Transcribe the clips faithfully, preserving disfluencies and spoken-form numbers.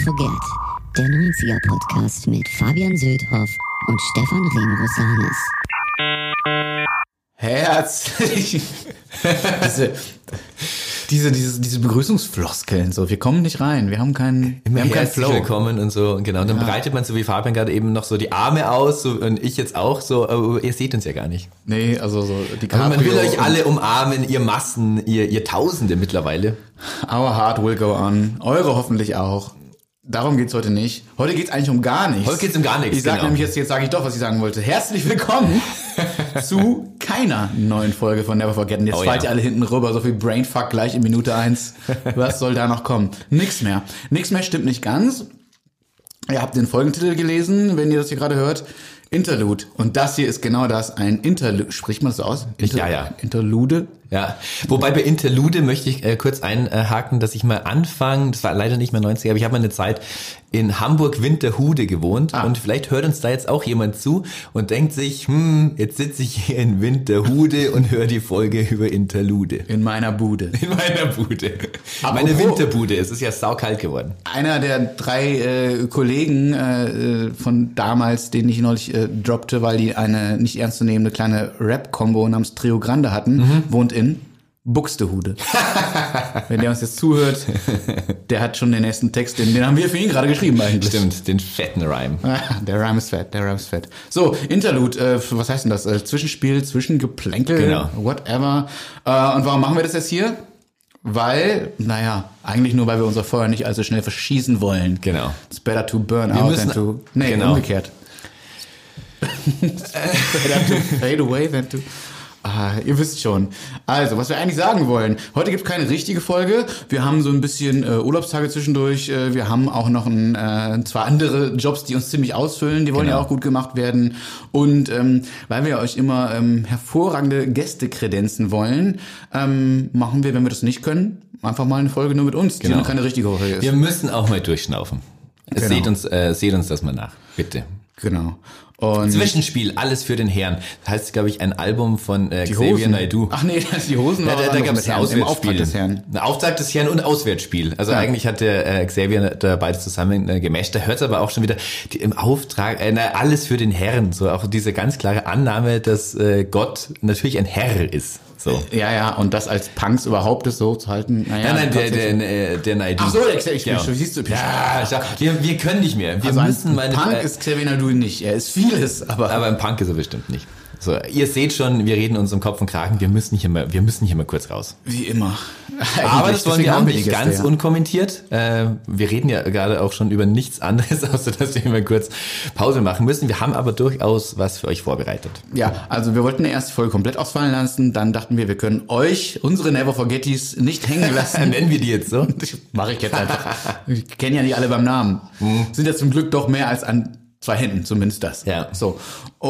Forget, der neunziger-Podcast mit Fabian Söldhoff und Stefan Remrosanis. Herzlich. diese, diese, diese, diese Begrüßungsfloskeln, so, wir kommen nicht rein, wir haben keinen, Immer wir haben keinen Flow. Willkommen und so, genau. Und dann Ja. breitet man so wie Fabian gerade eben noch so die Arme aus so, und ich jetzt auch so, aber ihr seht uns ja gar nicht. Nee, also so die Aber man will Cabrio euch alle umarmen, ihr Massen, ihr, ihr Tausende mittlerweile. Our heart will go on. Eure hoffentlich auch. Darum geht's heute nicht. Heute geht's eigentlich um gar nichts. Heute geht's um gar nichts, Ich sag genau. nämlich jetzt, jetzt sage ich doch, was ich sagen wollte. Herzlich willkommen zu keiner neuen Folge von Never Forget. Und jetzt Oh fallt ja. ihr alle hinten rüber, so viel Brainfuck gleich in Minute eins. Was soll da noch kommen? Nix mehr. Nix mehr stimmt nicht ganz. Ihr habt den Folgentitel gelesen, wenn ihr das hier gerade hört. Interlude. Und das hier ist genau das, ein Interlude. Spricht man das so aus? Inter- Ja, ja. Interlude? Ja, wobei bei Interlude möchte ich äh, kurz einhaken, dass ich mal anfangen, das war leider nicht mehr neunziger, aber ich habe mal eine Zeit in Hamburg-Winterhude gewohnt Ah. und vielleicht hört uns da jetzt auch jemand zu und denkt sich, hm, jetzt sitze ich hier in Winterhude und höre die Folge über Interlude. In meiner Bude. In meiner Bude. Apropos- Meine Winterbude, es ist ja saukalt geworden. Einer der drei äh, Kollegen äh, von damals, den ich neulich äh, droppte, weil die eine nicht ernstzunehmende kleine Rap-Kombo namens Trio Grande hatten, Mhm. wohnt in Buxtehude. Wenn der uns jetzt zuhört, der hat schon den nächsten Text, den, den haben wir für ihn gerade geschrieben eigentlich. Stimmt, den fetten Rhyme. Ah, der Rhyme ist fett, der Rhyme ist fett. So, Interlude, äh, was heißt denn das? Äh, Zwischenspiel, Zwischengeplänkel, Genau. whatever. Äh, und warum machen wir das jetzt hier? Weil, naja, eigentlich nur, weil wir unser Feuer nicht allzu schnell verschießen wollen. Genau. It's better to burn Wir out müssen- than to... Nee, genau. umgekehrt. It's better to fade away than to... Ah, ihr wisst schon. Also, was wir eigentlich sagen wollen. Heute gibt es keine richtige Folge. Wir haben so ein bisschen äh, Urlaubstage zwischendurch. Äh, wir haben auch noch ein, äh, zwei andere Jobs, die uns ziemlich ausfüllen. Die wollen Genau. ja auch gut gemacht werden. Und ähm, weil wir euch immer ähm, hervorragende Gäste kredenzen wollen, ähm, machen wir, wenn wir das nicht können, einfach mal eine Folge nur mit uns, die Genau. noch keine richtige Folge ist. Wir müssen auch mal durchschnaufen. Genau. Seht uns, äh, seht uns das mal nach, bitte. Genau. Und Zwischenspiel, alles für den Herrn. Das heißt, glaube ich, ein Album von äh, die Xavier Hosen. Naidoo. Ach nee, das ist die Hosen. Ja, war da, was da anderes gab mit es ein Herrn, im Auswärtsspiel. Auftrag des Herrn. Ein Auftrag des Herrn und Auswärtsspiel. Also Ja. eigentlich hat der äh, Xavier da beides zusammen äh, gemasht. Da hört es aber auch schon wieder die, im Auftrag, äh, na, alles für den Herrn. So auch diese ganz klare Annahme, dass äh, Gott natürlich ein Herr ist. So. Ja, ja, und das als Punks überhaupt ist so zu halten. Naja, Nein, nein, der, trotzdem- der, der, der Naidoo. Ach so, der Xavier, ich bin Ja. schon, siehst du, ich bin Ja, schau, wir, wir können nicht mehr. Wir also müssen ein meine... Punk äh, ist Xavier Naidoo nicht. Er ist vieles, aber, aber ein Punk ist er bestimmt nicht. So, ihr seht schon, wir reden uns um Kopf und Kragen. Wir müssen hier mal, wir müssen hier mal kurz raus. wie immer. Aber Eigentlich, das wollen deswegen wir auch haben die nicht Gäste, ganz ja. unkommentiert. Äh, wir reden ja gerade auch schon über nichts anderes, außer dass wir mal kurz Pause machen müssen. Wir haben aber durchaus was für euch vorbereitet. Ja, also wir wollten die erste Folge komplett ausfallen lassen. Dann dachten wir, wir können euch, unsere Never Forgetties, nicht hängen lassen. Nennen wir die jetzt so? Mache ich jetzt einfach. Ich kenne ja nicht alle beim Namen. Sind ja zum Glück doch mehr als an zwei Händen, zumindest das. Ja. So.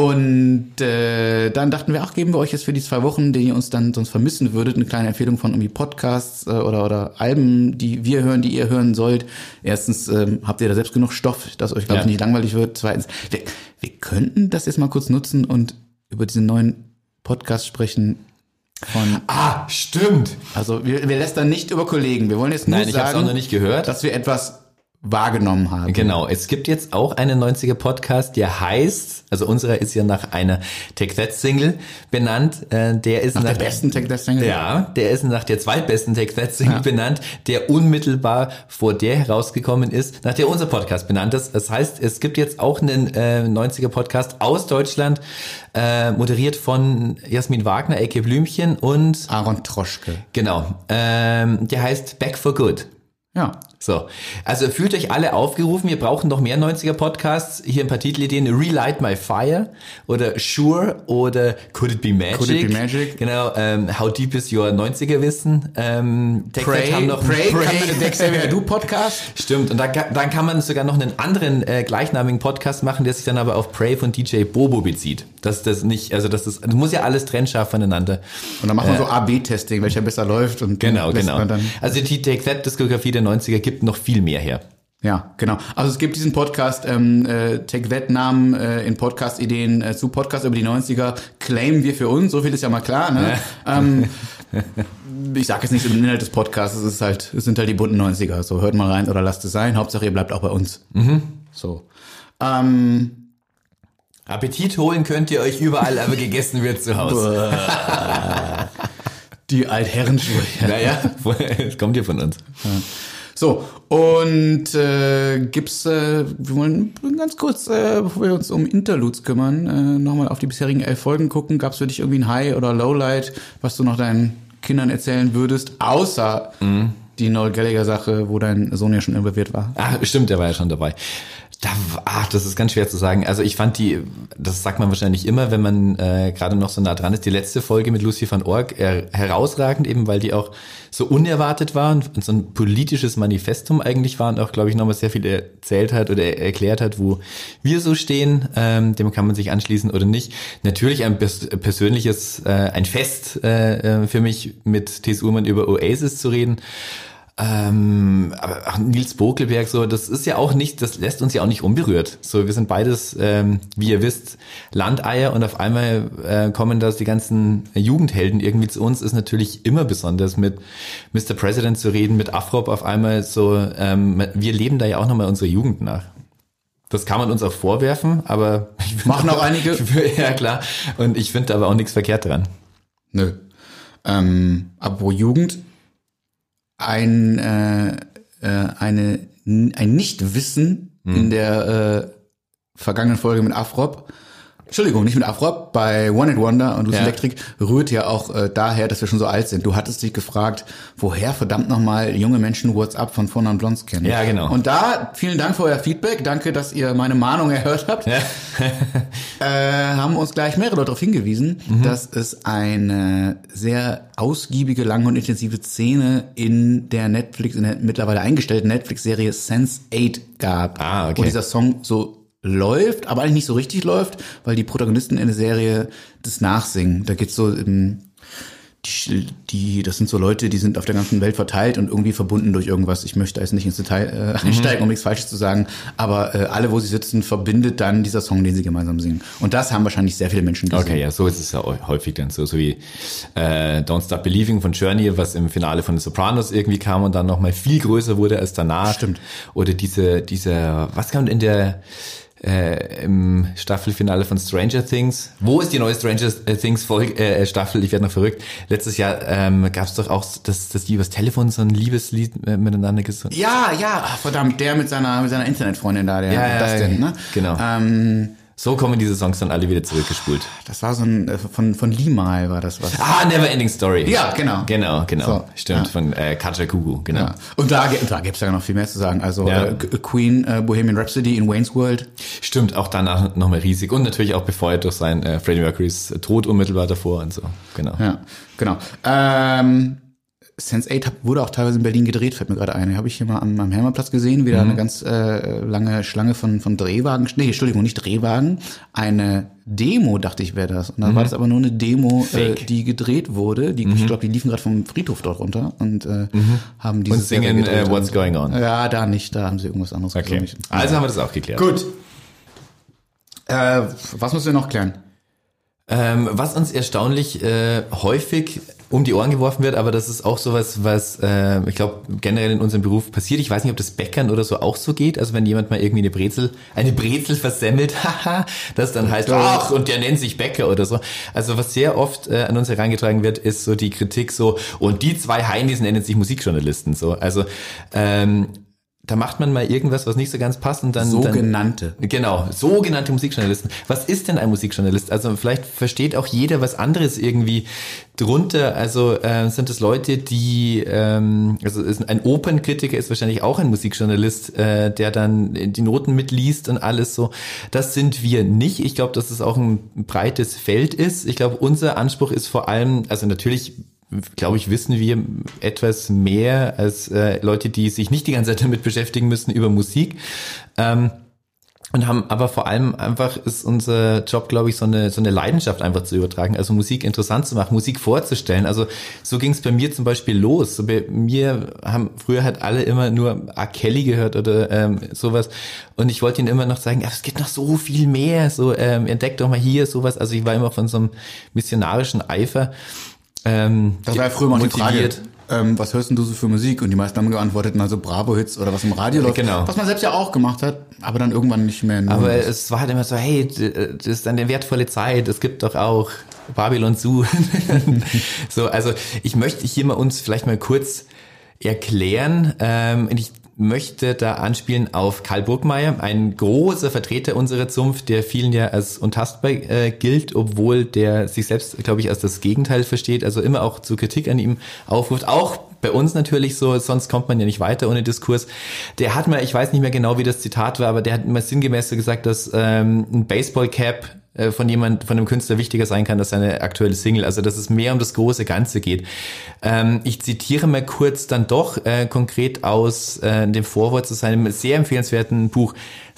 Und äh, dann dachten wir, ach, geben wir euch jetzt für die zwei Wochen, die ihr uns dann sonst vermissen würdet, eine kleine Empfehlung von irgendwie Podcasts äh, oder oder Alben, die wir hören, die ihr hören sollt. Erstens ähm, habt ihr da selbst genug Stoff, dass euch, glaube ich, Ja. nicht langweilig wird. Zweitens, wir, wir könnten das jetzt mal kurz nutzen und über diesen neuen Podcast sprechen von... Ah, stimmt. Also wir, wir lästern nicht über Kollegen. Wir wollen jetzt nur Nein, ich hab's sagen, auch noch nicht gehört. dass wir etwas wahrgenommen haben. Genau, es gibt jetzt auch einen neunziger Podcast, der heißt, also unserer ist ja nach einer Take That Single benannt, äh, der ist Nach nach, der besten Take That Single. Ja, der ist nach der zweitbesten Take That Single Ja. benannt, der unmittelbar vor der herausgekommen ist, nach der unser Podcast benannt ist. Das heißt, es gibt jetzt auch einen äh, neunziger Podcast aus Deutschland, äh, moderiert von Jasmin Wagner, aka Blümchen und Aaron Troschke. genau, ähm, der heißt Back for Good. Ja. So, also fühlt euch alle aufgerufen, wir brauchen noch mehr neunziger Podcasts. Hier ein paar Titelideen, Relight My Fire oder Sure oder Could It Be Magic? Could It Be Magic? Genau, ähm, How Deep Is Your neunziger Wissen? Ähm, Take That Pray, haben noch Pray, Pray. Der Xavier Naidoo Podcast. Stimmt, und da, dann kann man sogar noch einen anderen äh, gleichnamigen Podcast machen, der sich dann aber auf Pray von D J Bobo bezieht. Dass das nicht, also das ist, das muss ja alles trennscharf voneinander. Und dann machen wir so A B Testing, welcher besser läuft. Und Genau, lässt genau. man dann Also die Take That Diskografie der neunziger gibt noch viel mehr her. Ja, genau. Also es gibt diesen Podcast, ähm, äh, Take That Namen äh, in Podcast-Ideen äh, zu Podcast über die neunziger, claimen wir für uns, so viel ist ja mal klar, ne? Ja. Ähm, ich sage jetzt nicht so den Inhalt des Podcasts, es ist halt, es sind halt die bunten neunziger, so hört mal rein oder lasst es sein, Hauptsache ihr bleibt auch bei uns. Mhm. So. Ähm, Appetit holen könnt ihr euch überall, aber gegessen wird zu Hause. Die Altherrenschuhe. Naja, das kommt hier von uns. Ja. So, und äh, gibt's, äh, wir wollen ganz kurz, äh, bevor wir uns um Interludes kümmern, äh, nochmal auf die bisherigen elf Folgen gucken. Gab's für dich irgendwie ein High- oder Lowlight, was du noch deinen Kindern erzählen würdest, außer mhm. die Noel Gallagher-Sache, wo dein Sohn ja schon involviert war? Ah, stimmt, der war ja schon dabei. Da, ach, das ist ganz schwer zu sagen. Also ich fand die, das sagt man wahrscheinlich immer, wenn man äh, gerade noch so nah dran ist, die letzte Folge mit Lucy van Ork äh, herausragend, eben weil die auch so unerwartet war und, und so ein politisches Manifestum eigentlich war und auch, glaube ich, nochmal sehr viel erzählt hat oder er, erklärt hat, wo wir so stehen. Ähm, dem kann man sich anschließen oder nicht. Natürlich ein pers- persönliches, äh, ein Fest äh, für mich, mit T S. Ullmann über Oasis zu reden. Ähm, aber ach, Nils Bokelberg, so, das ist ja auch nicht, das lässt uns ja auch nicht unberührt. So, wir sind beides, ähm, wie ihr wisst, Landeier und auf einmal äh, kommen da die ganzen Jugendhelden irgendwie zu uns, ist natürlich immer besonders, mit Mister President zu reden, mit Afrop auf einmal so, ähm, wir leben da ja auch nochmal unsere Jugend nach. Das kann man uns auch vorwerfen, aber ich machen auch einige. Ja, klar. Und ich finde aber auch nichts verkehrt dran. Nö. Ähm, apropos Jugend, ein äh, äh, eine ein Nichtwissen hm. in der äh, vergangenen Folge mit Afrop. Entschuldigung, nicht mit Afrop, bei One Hit Wonder und Lucy ja. Electric rührt ja auch äh, daher, dass wir schon so alt sind. Du hattest dich gefragt, woher verdammt nochmal junge Menschen WhatsApp von Four Non Blondes kennen. Ja, genau. Und da, vielen Dank für euer Feedback. Danke, dass ihr meine Mahnung erhört habt. Ja. äh, haben uns gleich mehrere Leute darauf hingewiesen, mhm. dass es eine sehr ausgiebige, lange und intensive Szene in der Netflix, in der mittlerweile eingestellten Netflix-Serie Sense eight gab. Ah, okay. Wo dieser Song so läuft, aber eigentlich nicht so richtig läuft, weil die Protagonisten in der Serie das nachsingen. Da geht's so um die, die, das sind so Leute, die sind auf der ganzen Welt verteilt und irgendwie verbunden durch irgendwas. Ich möchte jetzt nicht ins Detail äh, einsteigen, um nichts Falsches zu sagen, aber äh, alle, wo sie sitzen, verbindet dann dieser Song, den sie gemeinsam singen. Und das haben wahrscheinlich sehr viele Menschen gesehen. Okay, ja, so ist es ja häufig dann so, so wie äh, Don't Stop Believing von Journey, was im Finale von The Sopranos irgendwie kam und dann nochmal viel größer wurde als danach. Stimmt. Oder diese, diese, was kam in der Äh, im Staffelfinale von Stranger Things. Wo ist die neue Stranger Things Folge, äh, Staffel? Ich werde noch verrückt. Letztes Jahr ähm, gab es doch auch, dass, dass die übers Telefon so ein Liebeslied äh, miteinander gesungen. Ja, ja, ach, verdammt, der mit seiner mit seiner Internetfreundin da, der ja, das denn, ne? Genau. Ähm, So kommen diese Songs dann alle wieder zurückgespult. Das war so ein, von, von Limahl war das was. Ah, Never Ending Story. Ja, genau. Genau, genau. So, Stimmt, ja. von äh, Katja Kugu, genau. Ja. Und da, da gibt's ja noch viel mehr zu sagen. Also ja. äh, Queen, äh, Bohemian Rhapsody in Wayne's World. Stimmt, auch danach nochmal riesig. Und natürlich auch befeuert durch sein äh, Freddie Mercurys Tod unmittelbar davor und so. Genau. Ja, genau. Ähm, Sense eight wurde auch teilweise in Berlin gedreht, fällt mir gerade ein. Habe ich hier mal am, am Hermannplatz gesehen, wieder mhm. eine ganz äh, lange Schlange von von Drehwagen. Nee, Entschuldigung, nicht Drehwagen. Eine Demo, dachte ich, wäre das. Und dann mhm. war das aber nur eine Demo, äh, die gedreht wurde. Die, mhm. Ich glaube, die liefen gerade vom Friedhof dort runter und äh, mhm. haben diese und singen uh, What's Going On. Ja, da nicht, da haben sie irgendwas anderes okay. gesungen. Also haben wir das auch geklärt. Gut. Äh, was müssen wir noch klären? Ähm, was uns erstaunlich äh, häufig um die Ohren geworfen wird, aber das ist auch sowas, was äh, ich glaube generell in unserem Beruf passiert. Ich weiß nicht, ob das Bäckern oder so auch so geht. Also wenn jemand mal irgendwie eine Brezel, eine Brezel versemmelt, haha, das dann heißt, ach, und der nennt sich Bäcker oder so. Also was sehr oft äh, an uns herangetragen wird, ist so die Kritik so, und die zwei Heinis nennen sich Musikjournalisten. So, also ähm, da macht man mal irgendwas, was nicht so ganz passt und dann... Sogenannte. Dann, genau, sogenannte Musikjournalisten. Was ist denn ein Musikjournalist? Also vielleicht versteht auch jeder was anderes irgendwie drunter. Also äh, sind es Leute, die... Ähm, also ist ein Opernkritiker ist wahrscheinlich auch ein Musikjournalist, äh, der dann die Noten mitliest und alles so. Das sind wir nicht. Ich glaube, dass es auch ein breites Feld ist. Ich glaube, unser Anspruch ist vor allem... Also natürlich... glaube ich, wissen wir etwas mehr als äh, Leute, die sich nicht die ganze Zeit damit beschäftigen müssen über Musik. Ähm, Und haben aber vor allem einfach ist unser Job, glaube ich, so eine so eine Leidenschaft einfach zu übertragen, also Musik interessant zu machen, Musik vorzustellen. Also so ging es bei mir zum Beispiel los. So bei mir haben früher halt alle immer nur R. Kelly gehört oder ähm, sowas. Und ich wollte ihnen immer noch sagen, ja, es gibt noch so viel mehr. So ähm, entdeckt doch mal hier sowas. Also ich war immer von so einem missionarischen Eifer. Ähm, das war ja früher mal die Frage. motiviert. Ähm, was hörst denn du so für Musik? Und die meisten haben geantwortet, na so Bravo-Hits oder was im Radio läuft. Genau. Was man selbst ja auch gemacht hat, aber dann irgendwann nicht mehr. Aber es war halt immer so, hey, das ist eine wertvolle Zeit, es gibt doch auch Babylon Zoo. So, also ich möchte hier mal uns vielleicht mal kurz erklären, ähm, ich möchte da anspielen auf Karl Burgmeier, ein großer Vertreter unserer Zunft, der vielen ja als untastbar äh, gilt, obwohl der sich selbst, glaube ich, als das Gegenteil versteht, also immer auch zu Kritik an ihm aufruft, auch bei uns natürlich so, sonst kommt man ja nicht weiter ohne Diskurs. Der hat mal, ich weiß nicht mehr genau, wie das Zitat war, aber der hat immer sinngemäß so gesagt, dass ähm, ein Baseball-Cap äh, von jemand, von einem Künstler wichtiger sein kann als seine aktuelle Single, also dass es mehr um das große Ganze geht. Ähm, ich zitiere mal kurz dann doch äh, konkret aus äh, dem Vorwort zu seinem sehr empfehlenswerten Buch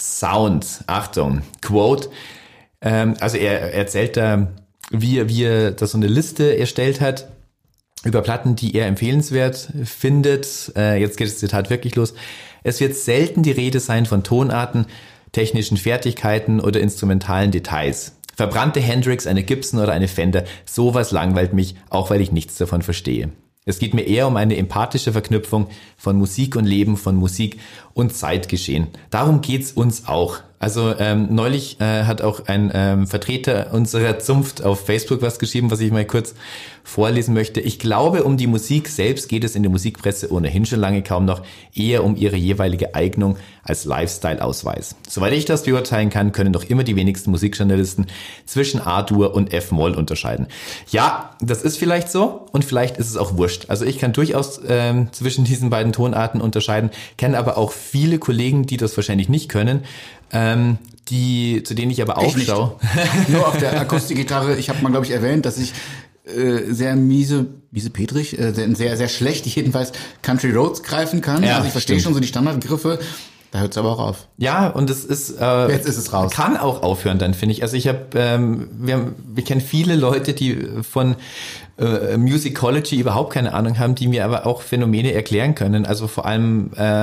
Sound. Achtung, Quote, ähm, also er erzählt da, wie er, wie er da so eine Liste erstellt hat, über Platten, die er empfehlenswert findet. Äh, jetzt geht das Zitat wirklich los. Es wird selten die Rede sein von Tonarten, technischen Fertigkeiten oder instrumentalen Details. Verbrannte Hendrix, eine Gibson oder eine Fender, sowas langweilt mich, auch weil ich nichts davon verstehe. Es geht mir eher um eine empathische Verknüpfung von Musik und Leben, von Musik und Zeitgeschehen. Darum geht's uns auch. Also ähm, neulich äh, hat auch ein ähm, Vertreter unserer Zunft auf Facebook was geschrieben, was ich mal kurz vorlesen möchte. Ich glaube, um die Musik selbst geht es in der Musikpresse ohnehin schon lange kaum noch, eher um ihre jeweilige Eignung als Lifestyle-Ausweis. Soweit ich das beurteilen kann, können doch immer die wenigsten Musikjournalisten zwischen A-Dur und F-Moll unterscheiden. Ja, das ist vielleicht so und vielleicht ist es auch wurscht. Also ich kann durchaus ähm, zwischen diesen beiden Tonarten unterscheiden, kenne aber auch viele Kollegen, die das wahrscheinlich nicht können, ähm, die, zu denen ich aber auch schaue. Nur auf der Akustikgitarre. Ich habe mal, glaube ich, erwähnt, dass ich äh, sehr miese, miese Petrich, äh, sehr, sehr schlecht jedenfalls Country Roads greifen kann. Ja, also ich verstehe schon so die Standardgriffe. Da hört es aber auch auf. Ja, und es ist äh, jetzt ist es raus. Kann auch aufhören dann, finde ich. Also ich habe, ähm, wir, haben, wir kennen viele Leute, die von äh, Musicology überhaupt keine Ahnung haben, die mir aber auch Phänomene erklären können. Also vor allem äh,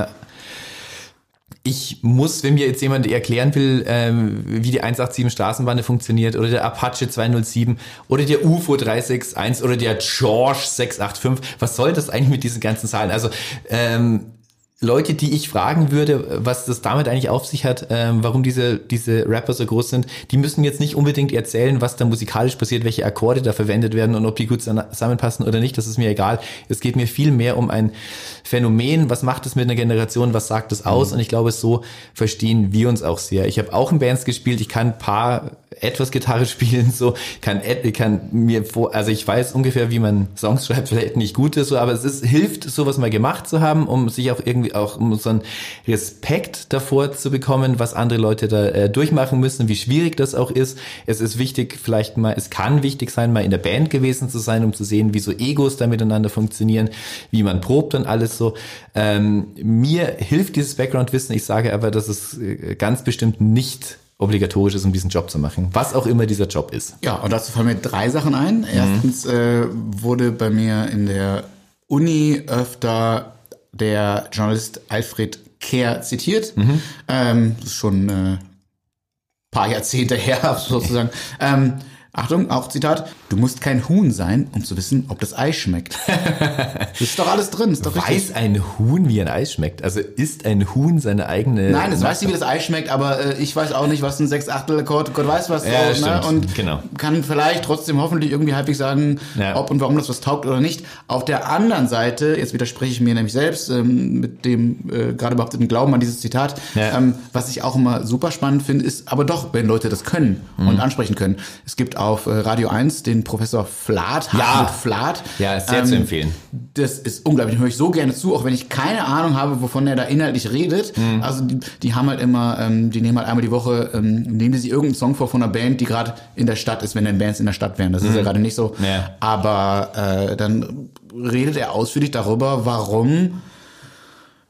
ich muss, wenn mir jetzt jemand erklären will, ähm, wie die hundertsiebenundachtzig Straßenbahn funktioniert oder der Apache zweihundertsieben oder der U F O drei sechs eins oder der George sechs acht fünf, was soll das eigentlich mit diesen ganzen Zahlen? Also ähm, Leute, die ich fragen würde, was das damit eigentlich auf sich hat, ähm, warum diese diese Rapper so groß sind, die müssen jetzt nicht unbedingt erzählen, was da musikalisch passiert, welche Akkorde da verwendet werden und ob die gut zusammenpassen oder nicht, das ist mir egal. Es geht mir viel mehr um ein Phänomen, was macht es mit einer Generation, was sagt es aus, mhm. und ich glaube, so verstehen wir uns auch sehr. Ich habe auch in Bands gespielt, ich kann ein paar etwas Gitarre spielen, so kann kann mir vor, also ich weiß ungefähr, wie man Songs schreibt, vielleicht nicht gut ist, so, aber es ist hilft, sowas mal gemacht zu haben, um sich auch irgendwie auch um so einen Respekt davor zu bekommen, was andere Leute da äh, durchmachen müssen, wie schwierig das auch ist. Es ist wichtig, vielleicht mal, es kann wichtig sein, mal in der Band gewesen zu sein, um zu sehen, wie so Egos da miteinander funktionieren, wie man probt und alles so. Ähm, mir hilft dieses Background-Wissen, ich sage aber, dass es äh, ganz bestimmt nicht obligatorisch ist, um diesen Job zu machen, was auch immer dieser Job ist. Ja, und dazu fallen mir drei Sachen ein. Erstens äh, wurde bei mir in der Uni öfter der Journalist Alfred Kehr zitiert. Mhm. Ähm, das ist schon äh, paar Jahrzehnte her, sozusagen. ähm, Achtung, auch Zitat. Du musst kein Huhn sein, um zu wissen, ob das Ei schmeckt. Das ist doch alles drin. Ist doch weiß richtig. ein Huhn, wie ein Ei schmeckt? Also isst ein Huhn seine eigene... Nein, es weiß nicht, wie das Ei schmeckt, aber äh, ich weiß auch nicht, was ein Sechs-Achtel-Akkord, Gott weiß was. Ja, so, ne? Und genau. kann vielleicht trotzdem hoffentlich irgendwie halbwegs sagen, ja. ob und warum das was taugt oder nicht. Auf der anderen Seite, jetzt widerspreche ich mir nämlich selbst ähm, mit dem äh, gerade behaupteten Glauben an dieses Zitat, ja. ähm, was ich auch immer super spannend finde, ist aber doch, wenn Leute das können mhm. und ansprechen können. Es gibt auf äh, Radio eins den Professor Flath, ja. Hartmut Flath. Ja, ist sehr ähm, zu empfehlen. Das ist unglaublich, höre ich so gerne zu, auch wenn ich keine Ahnung habe, wovon er da inhaltlich redet. Mhm. Also die, die haben halt immer, ähm, die nehmen halt einmal die Woche, ähm, nehmen die sich irgendeinen Song vor von einer Band, die gerade in der Stadt ist, wenn denn Bands in der Stadt wären. Das mhm. ist ja gerade nicht so.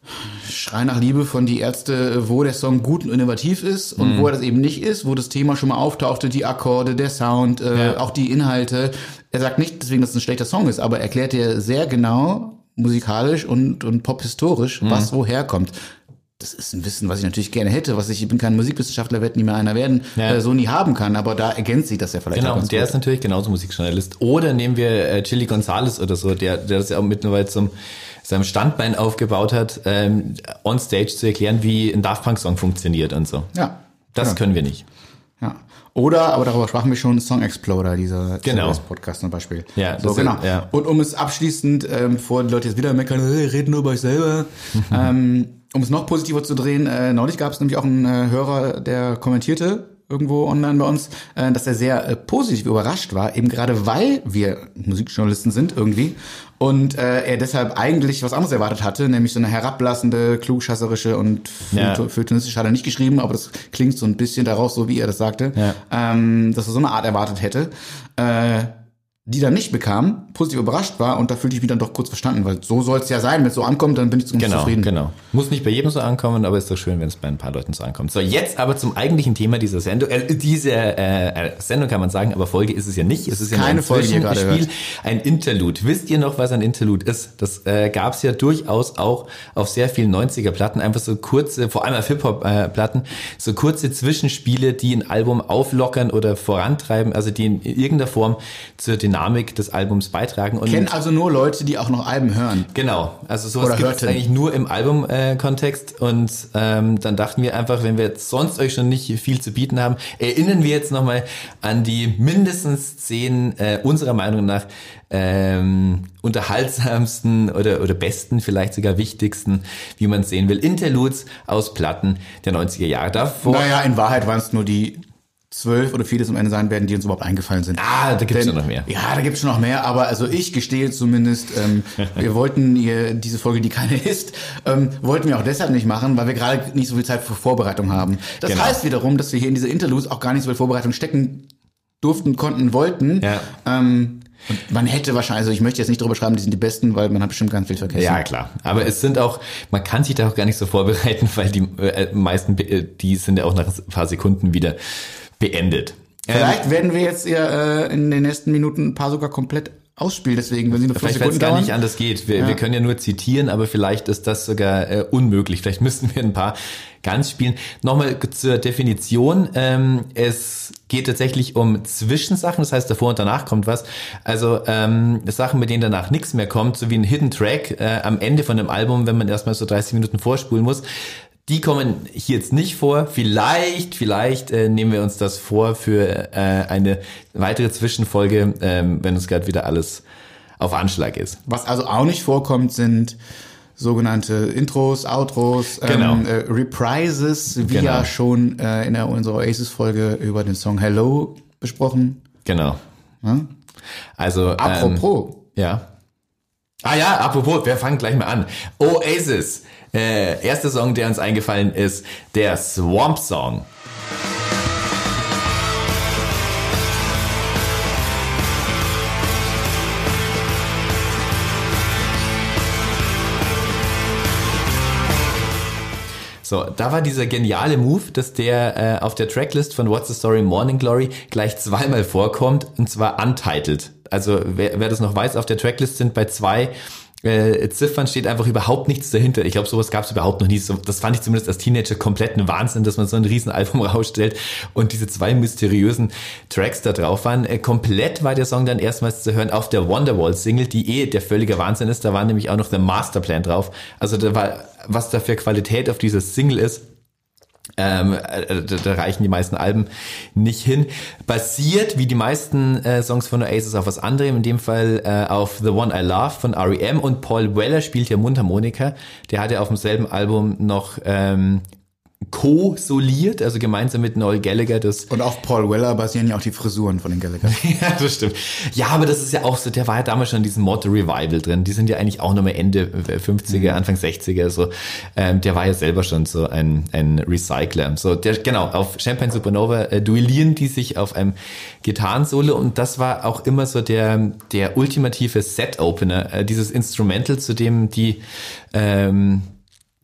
Schrei nach Liebe von Die Ärzte, wo der Song gut und innovativ ist und mhm. wo er das eben nicht ist, wo das Thema schon mal auftauchte, die Akkorde, der Sound, äh, ja. auch die Inhalte. Er sagt nicht deswegen, dass es ein schlechter Song ist, aber er erklärt dir sehr genau, musikalisch und, und pophistorisch, mhm. was woher kommt. Das ist ein Wissen, was ich natürlich gerne hätte, was ich, ich bin kein Musikwissenschaftler, werde nie mehr einer werden, ja. äh, so nie haben kann, aber da ergänzt sich das ja vielleicht. Genau, auch ganz und der gut. ist natürlich genauso Musikjournalist. Oder nehmen wir äh, Chili Gonzales oder so, der, der das ja auch mittlerweile zum seinem Standbein aufgebaut hat, ähm, on stage zu erklären, wie ein Daft Punk Song funktioniert und so. Ja. Das ja. können wir nicht. Ja. Oder, aber darüber sprachen wir schon, Song Exploder, dieser genau. Podcast zum Beispiel. Ja, so, das genau. Ist, ja. Und um es abschließend, ähm, bevor die Leute jetzt wieder meckern, hey, reden nur über euch selber, ähm, um es noch positiver zu drehen, äh, neulich gab es nämlich auch einen äh, Hörer, der kommentierte irgendwo online bei uns, äh, dass er sehr äh, positiv überrascht war, eben gerade weil wir Musikjournalisten sind irgendwie und äh, er deshalb eigentlich was anderes erwartet hatte, nämlich so eine herablassende, klugscheißerische und ja. feuilletonistische, hat er nicht geschrieben, aber das klingt so ein bisschen daraus, so wie er das sagte, ja. ähm, dass er so eine Art erwartet hätte, äh, die dann nicht bekam, positiv überrascht war und da fühlte ich mich dann doch kurz verstanden, weil so soll es ja sein, wenn es so ankommt, dann bin ich zumindest genau, zufrieden. Genau, muss nicht bei jedem so ankommen, aber ist doch schön, wenn es bei ein paar Leuten so ankommt. So, jetzt aber zum eigentlichen Thema dieser Sendung, äh, diese äh, Sendung kann man sagen, aber Folge ist es ja nicht, es ist ja keine ein Folge, die ihr gerade Spiel, hört. Ein Interlude. Wisst ihr noch, was ein Interlude ist? Das äh, gab es ja durchaus auch auf sehr vielen neunziger-Platten, einfach so kurze, vor allem auf Hip-Hop-Platten, so kurze Zwischenspiele, die ein Album auflockern oder vorantreiben, also die in irgendeiner Form zur Dynamik des Albums beitragen. Und kennen also nur Leute, die auch noch Alben hören. Genau, also sowas gibt es eigentlich nur im Album-Kontext äh, und ähm, dann dachten wir einfach, wenn wir jetzt sonst euch schon nicht viel zu bieten haben, erinnern wir jetzt nochmal an die mindestens zehn äh, unserer Meinung nach ähm, unterhaltsamsten oder oder besten, vielleicht sogar wichtigsten, wie man es sehen will, Interludes aus Platten der neunziger Jahre. Davor, naja, in Wahrheit waren es nur die zwölf oder vieles am Ende sein werden, die uns überhaupt eingefallen sind. Ah, da gibt es noch mehr. Ja, da gibt es schon noch mehr, aber also ich gestehe zumindest, ähm, wir wollten ihr diese Folge, die keine ist, ähm, wollten wir auch deshalb nicht machen, weil wir gerade nicht so viel Zeit für Vorbereitung haben. Das genau. heißt wiederum, dass wir hier in diese Interludes auch gar nicht so viel Vorbereitung stecken durften, konnten, wollten. Ja. Ähm, und man hätte wahrscheinlich, also ich möchte jetzt nicht drüber schreiben, die sind die Besten, weil man hat bestimmt ganz viel vergessen. Ja, klar. Aber es sind auch, man kann sich da auch gar nicht so vorbereiten, weil die äh, meisten, die sind ja auch nach ein paar Sekunden wieder beendet. Vielleicht ähm, werden wir jetzt ja äh, in den nächsten Minuten ein paar sogar komplett ausspielen, deswegen, wenn sie nur fünf vielleicht, weil es Sekunden gar dauern. nicht anders geht. Wir, ja. wir können ja nur zitieren, aber vielleicht ist das sogar äh, unmöglich. Vielleicht müssten wir ein paar ganz spielen. Nochmal zur Definition. Ähm, es geht tatsächlich um Zwischensachen, das heißt, davor und danach kommt was. Also ähm, Sachen, mit denen danach nichts mehr kommt, so wie ein Hidden Track äh, am Ende von einem Album, wenn man erstmal so dreißig Minuten vorspulen muss. Die kommen hier jetzt nicht vor. Vielleicht, vielleicht äh, nehmen wir uns das vor für äh, eine weitere Zwischenfolge, ähm, wenn uns gerade wieder alles auf Anschlag ist. Was also auch nicht vorkommt, sind sogenannte Intros, Outros, genau. ähm, äh, Reprises, wie genau. ja schon äh, in der, unserer Oasis-Folge über den Song Hello besprochen. Genau. Ja? Also apropos. Ähm, ja. Ah ja, apropos, wir fangen gleich mal an. Oasis. Äh, erster Song, der uns eingefallen ist, der Swamp Song. So, da war dieser geniale Move, dass der äh, auf der Tracklist von What's the Story Morning Glory gleich zweimal vorkommt, und zwar untitled. Also wer, wer das noch weiß, auf der Tracklist sind bei zwei äh, Ziffern steht einfach überhaupt nichts dahinter. Ich glaube, sowas gab es überhaupt noch nie. So, das fand ich zumindest als Teenager kompletten Wahnsinn, dass man so ein Riesenalbum rausstellt und diese zwei mysteriösen Tracks da drauf waren. Äh, komplett war der Song dann erstmals zu hören auf der Wonderwall-Single, die eh der völlige Wahnsinn ist. Da war nämlich auch noch der Masterplan drauf. Also da war, was da für Qualität auf dieser Single ist, Ähm, äh, da, da reichen die meisten Alben nicht hin. Basiert, wie die meisten äh, Songs von Oasis, auf was anderem, in dem Fall äh, auf The One I Love von R E M, und Paul Weller spielt ja Mundharmonika. Der hat ja auf demselben Album noch ähm, co-soliert, also gemeinsam mit Noel Gallagher. Das Und auf Paul Weller basieren ja auch die Frisuren von den Gallagher. Ja, das stimmt. Ja, aber das ist ja auch so, der war ja damals schon in diesem Motto Revival drin. Die sind ja eigentlich auch nochmal Ende fünfziger, mhm. Anfang sechziger, so. Ähm, der war ja selber schon so ein, ein Recycler. So, der, genau, auf Champagne Supernova äh, duellieren die sich auf einem Gitarrensolo, und das war auch immer so der, der ultimative Set-Opener, äh, dieses Instrumental, zu dem die, ähm,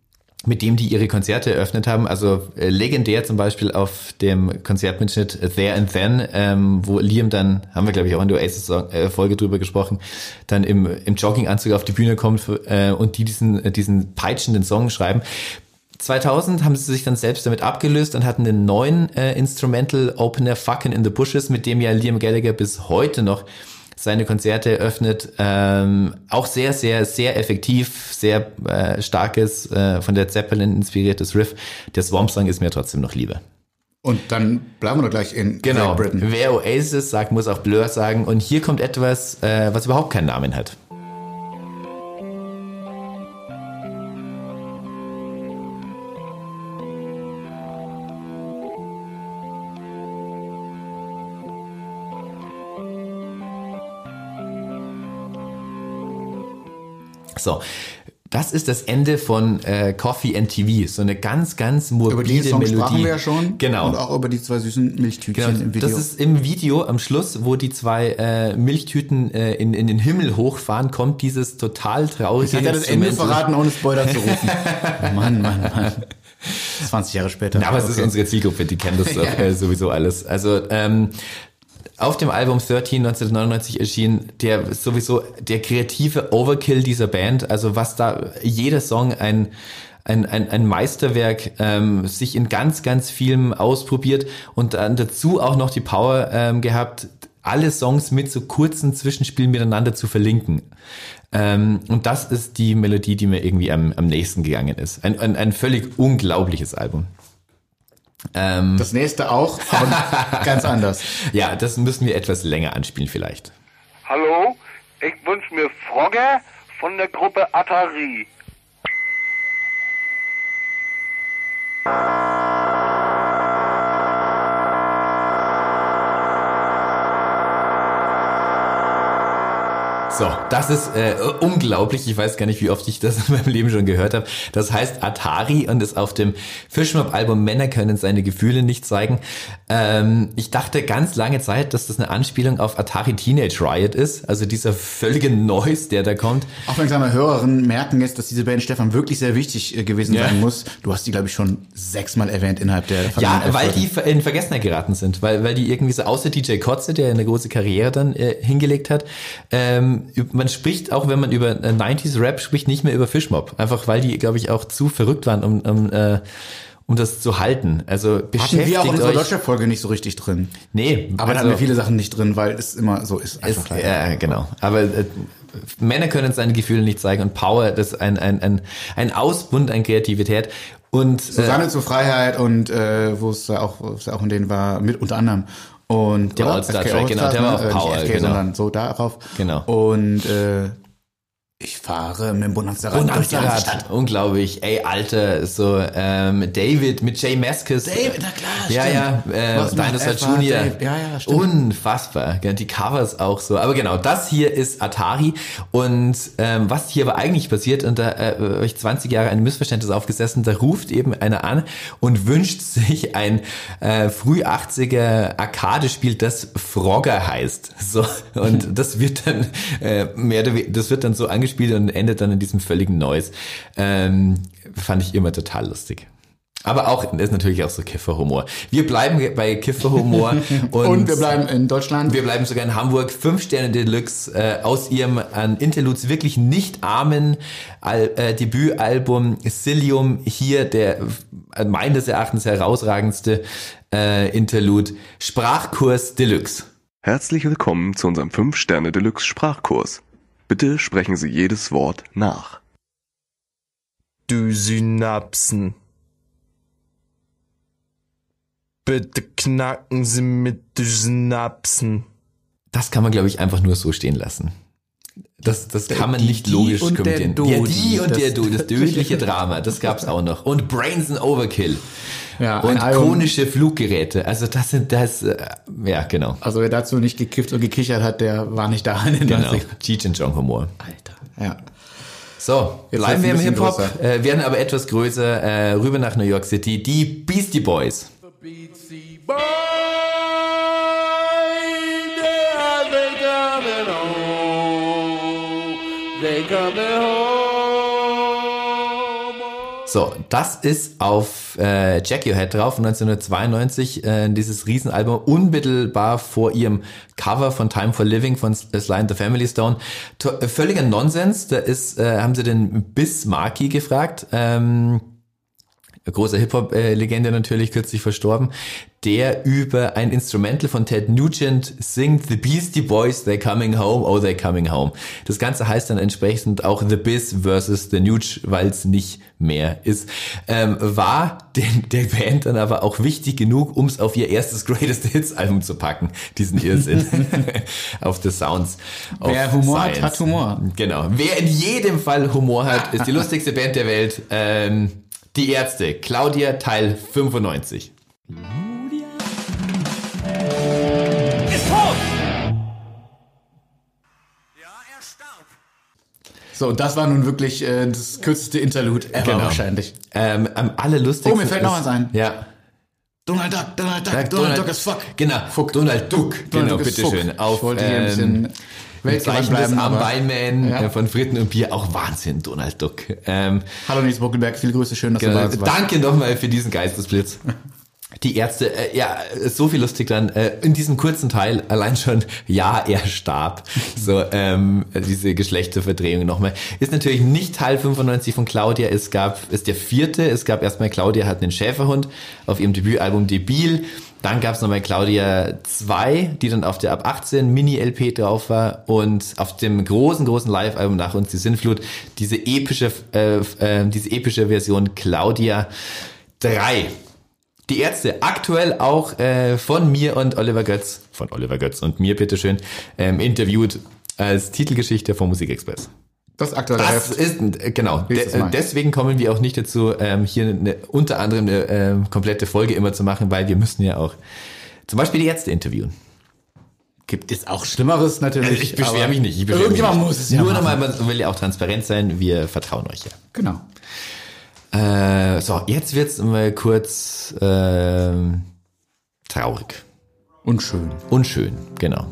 mit dem die ihre Konzerte eröffnet haben. Also äh, legendär zum Beispiel auf dem Konzertmitschnitt There and Then, ähm, wo Liam dann, haben wir glaube ich auch in der Oasis-Folge drüber gesprochen, dann im, im Jogginganzug auf die Bühne kommt äh, und die diesen, diesen peitschenden Song schreiben. zweitausend haben sie sich dann selbst damit abgelöst und hatten einen neuen äh, Instrumental Opener Fucking in the Bushes, mit dem ja Liam Gallagher bis heute noch seine Konzerte eröffnet. Ähm, auch sehr, sehr, sehr effektiv, sehr äh, starkes, äh, von der Zeppelin inspiriertes Riff. Der Swamp Song ist mir trotzdem noch lieber. Und dann bleiben wir doch gleich in Genau. Great Britain. Wer Oasis sagt, muss auch Blur sagen. Und hier kommt etwas, äh, was überhaupt keinen Namen hat. So, das ist das Ende von äh, Coffee and T V. So eine ganz, ganz morbide Über die Songs Melodie. sprachen wir ja schon. Genau. Und auch über die zwei süßen Milchtütchen Genau, im Video. das ist im Video am Schluss, wo die zwei äh, Milchtüten äh, in, in den Himmel hochfahren, kommt dieses total traurige Ich hat ja das Ende Instrumental. verraten, ohne Spoiler zu rufen. Mann, Mann, Mann. zwanzig Jahre später. Na, aber es ist Okay. unsere Zielgruppe, die kennen das doch, Ja. äh, sowieso alles. Also ähm, auf dem Album dreizehn neunzehnhundertneunundneunzig erschien der sowieso der kreative Overkill dieser Band. Also was da jeder Song ein ein, ein, ein Meisterwerk, ähm, sich in ganz, ganz vielem ausprobiert und dann dazu auch noch die Power ähm, gehabt, alle Songs mit so kurzen Zwischenspielen miteinander zu verlinken. Ähm, und das ist die Melodie, die mir irgendwie am, am nächsten gegangen ist. Ein, ein, ein völlig unglaubliches Album. Ähm, Das nächste auch, aber ganz anders. ja, das müssen wir etwas länger anspielen vielleicht. Hallo, ich wünsche mir Frogger von der Gruppe Atari. So, das ist äh, unglaublich. Ich weiß gar nicht, wie oft ich das in meinem Leben schon gehört habe. Das heißt Atari und ist auf dem Fischmob-Album Männer können seine Gefühle nicht zeigen. Ähm, ich dachte ganz lange Zeit, dass das eine Anspielung auf Atari Teenage Riot ist. Also dieser völlige Noise, der da kommt. Aufmerksame Hörerinnen merken jetzt, dass diese Band Stefan wirklich sehr wichtig äh, gewesen Ja. sein muss. Du hast die, glaube ich, schon sechsmal erwähnt innerhalb der Ja, vergangenen weil Folgen. die ver- in Vergessenheit geraten sind, weil weil die irgendwie so, außer D J Kotze, der eine große Karriere dann äh, hingelegt hat, ähm, man spricht, auch wenn man über äh, neunziger Rap spricht, nicht mehr über Fishmob, einfach weil die, glaube ich, auch zu verrückt waren, um um, äh, um das zu halten. Also Hatten beschäftigt wir auch in unserer euch. Deutschland-Folge nicht so richtig drin. Nee, Aber da also, hatten wir viele Sachen nicht drin, weil es immer so ist. Einfach ist, leider. ja, genau. Aber äh, Männer können seine Gefühle nicht zeigen und Power, das ist ein ein ein ein Ausbund an Kreativität. Und Susanne zur Freiheit und äh, wo es ja auch, wo es ja auch in denen war, mit unter anderem. Und Der oder? All-Star F K Track, genau, der war ne? auf Äh, nicht Power, F K, genau. sondern so darauf. Genau. Und äh, ich fahre mit dem Bonanza-Rad durch die ganze Stadt. Bonanza-Rad, unglaublich. Ey, Alter, so ähm, David mit Jay Mascis. David, na klar, Ja, stimmt. ja, äh, Was macht Dinosaur F A Junior. Dave? Ja, ja, stimmt. Unfassbar. Gell, die Covers auch so. Aber genau, das hier ist Atari. Und ähm, was hier aber eigentlich passiert, und da äh, habe ich zwanzig Jahre ein Missverständnis aufgesessen, da ruft eben einer an und wünscht sich ein äh, früh achtziger Arcade-Spiel, das Frogger heißt. So, und das wird dann äh, mehr oder weniger, das wird dann so angespielt und endet dann in diesem völligen Noise. Ähm, fand ich immer total lustig. Aber auch, das ist natürlich auch so Kifferhumor. Wir bleiben bei Kifferhumor. und, Und wir bleiben in Deutschland. wir bleiben sogar in Hamburg. Fünf Sterne Deluxe äh, aus ihrem an Interludes wirklich nicht armen Al äh, Debütalbum Cilium. Hier der äh, meines Erachtens herausragendste äh, Interlude. Sprachkurs Deluxe. Herzlich willkommen zu unserem fünf Sterne Deluxe Sprachkurs. Bitte sprechen Sie jedes Wort nach. Du Synapsen. Bitte knacken Sie mit den Synapsen. Das kann man, glaube ich, einfach nur so stehen lassen. Das, das kann man Die- nicht die logisch und der kommentieren. Dodi. Ja, die und Das- der Du, das tödliche Drama, das gab's auch noch. Und Brains and Overkill. Ja, ein Und Album. konische Fluggeräte. Also das sind das, äh, ja, genau. Also wer dazu nicht gekifft und gekichert hat, der war nicht da in den Genau. neunzigern. Cheech and Chong Humor. Alter. Ja. So, Jetzt bleiben wird's wir ein im bisschen Hip-Hop, größer. äh, werden aber etwas größer, äh, rüber nach New York City. Die Beastie Boys. Beatsy Boy, they coming home, they coming home. So, das ist auf äh, Jack Your Head drauf, neunzehnhundertzweiundneunzig, äh, dieses Riesenalbum, unmittelbar vor ihrem Cover von Time for Living von Sly and the Family Stone. To- äh, völliger Nonsens, da ist, äh, haben sie den Biz Markie gefragt, ähm, großer Hip-Hop-Legende natürlich, kürzlich verstorben, der über ein Instrumental von Ted Nugent singt, The Beastie Boys, They're Coming Home, oh, They're Coming Home. Das Ganze heißt dann entsprechend auch The Biz versus The Nuge, weil es nicht mehr ist. Ähm, war den, der Band dann aber auch wichtig genug, um es auf ihr erstes Greatest Hits Album zu packen, diesen Irrsinn. Auf The Sounds of Wer Humor Science. hat, hat Humor. Genau. Wer in jedem Fall Humor hat, ist die lustigste Band der Welt. Ähm, Die Ärzte, Claudia, Teil fünfundneunzig. So, und das war nun wirklich äh, das kürzeste Interlude ever Genau. wahrscheinlich. Ähm, am allerlustigsten Oh, mir fällt noch ist- was ein. Ja. Donald Duck, Donald Duck, Donald- Donald Duck is fuck. Genau, Fuck. Donald Duck. Donald Genau, Duck is bitteschön. fuck. Auf Ich wollte hier ein bisschen ähm, weltgewandt Zeichen des bleiben, aber- Am-Beinman Ja. äh, von Fritten und Bier. Auch Wahnsinn, Donald Duck. Ähm, Hallo Nils Buckelberg, viele Grüße, schön, dass Genau. du da warst. Danke nochmal für diesen Geistesblitz. Die Ärzte, äh, ja, so viel lustig dann, äh, in diesem kurzen Teil allein schon, ja, er starb. So, ähm, diese Geschlechterverdrehung nochmal. Ist natürlich nicht Teil fünfundneunzig von Claudia, es gab, ist der vierte, es gab erstmal Claudia hat einen Schäferhund auf ihrem Debütalbum Debil. Dann gab es nochmal Claudia zwei, die dann auf der ab achtzehn Mini-L P drauf war und auf dem großen, großen Live-Album Nach uns die Sinnflut diese epische, äh, äh, diese epische Version Claudia drei. Die Ärzte, aktuell auch äh, von mir und Oliver Götz, von Oliver Götz und mir bitteschön, ähm, interviewt als Titelgeschichte vom Musikexpress. Das aktuelle Das Heft. ist, äh, genau, Nächstes de, Mal. deswegen kommen wir auch nicht dazu, ähm, hier eine, unter anderem eine ähm, komplette Folge immer zu machen, weil wir müssen ja auch zum Beispiel die Ärzte interviewen. Gibt es auch Schlimmeres natürlich. Ich beschwere aber mich nicht. Ich beschwer mich Irgendjemand nicht. muss es ja Nur machen. nochmal, man will ja auch transparent sein, wir vertrauen euch ja. Genau. Äh, so, jetzt wird's mal kurz ähm, traurig. Und schön. Unschön, genau.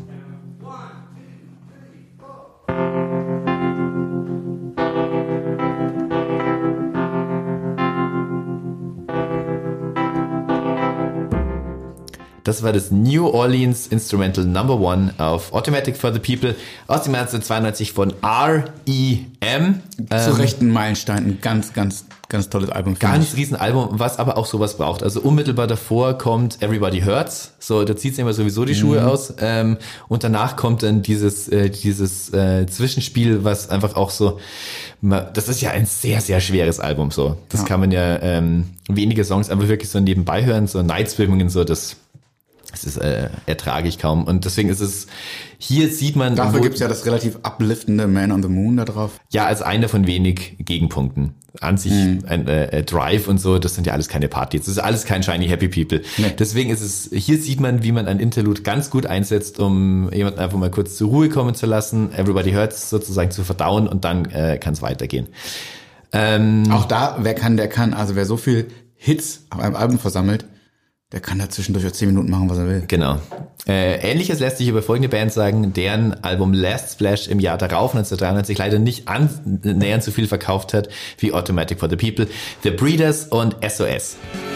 Das war das New Orleans Instrumental Number One auf Automatic for the People aus dem Jahr neunzehnhundertzweiundneunzig von R E M. Zu rechten Meilenstein. Ein ganz, ganz, ganz tolles Album. finde Ganz ich. riesen Album, was aber auch sowas braucht. Also unmittelbar davor kommt Everybody Hurts. So, da zieht immer sowieso die Schuhe aus. Ähm, und danach kommt dann dieses äh, dieses äh, Zwischenspiel, was einfach auch so, ma- das ist ja ein sehr, sehr schweres Album. So, das Ja. kann man ja ähm, wenige Songs einfach wirklich so nebenbei hören. So Night Swimming und so, das das ist äh, ertrage ich kaum. Und deswegen ist es, hier sieht man... Dafür wo- gibt's ja das relativ upliftende Man on the Moon da drauf. ja, als einer von wenig Gegenpunkten. An sich ein äh, äh, Drive und so, das sind ja alles keine Partys. Das ist alles kein Shiny Happy People. Nee. Deswegen ist es, hier sieht man, wie man ein Interlude ganz gut einsetzt, um jemanden einfach mal kurz zur Ruhe kommen zu lassen, Everybody Hurts sozusagen zu verdauen und dann äh, kann es weitergehen. Ähm, Auch da, wer kann, der kann. Also wer so viel Hits auf einem Album versammelt, der kann da zwischendurch auch zehn Minuten machen, was er will. Genau. Äh, Ähnliches lässt sich über folgende Band sagen, deren Album Last Splash im Jahr darauf, neunzehnhundertdreiundneunzig, leider nicht annähernd so viel verkauft hat wie Automatic for the People, The Breeders und S O S.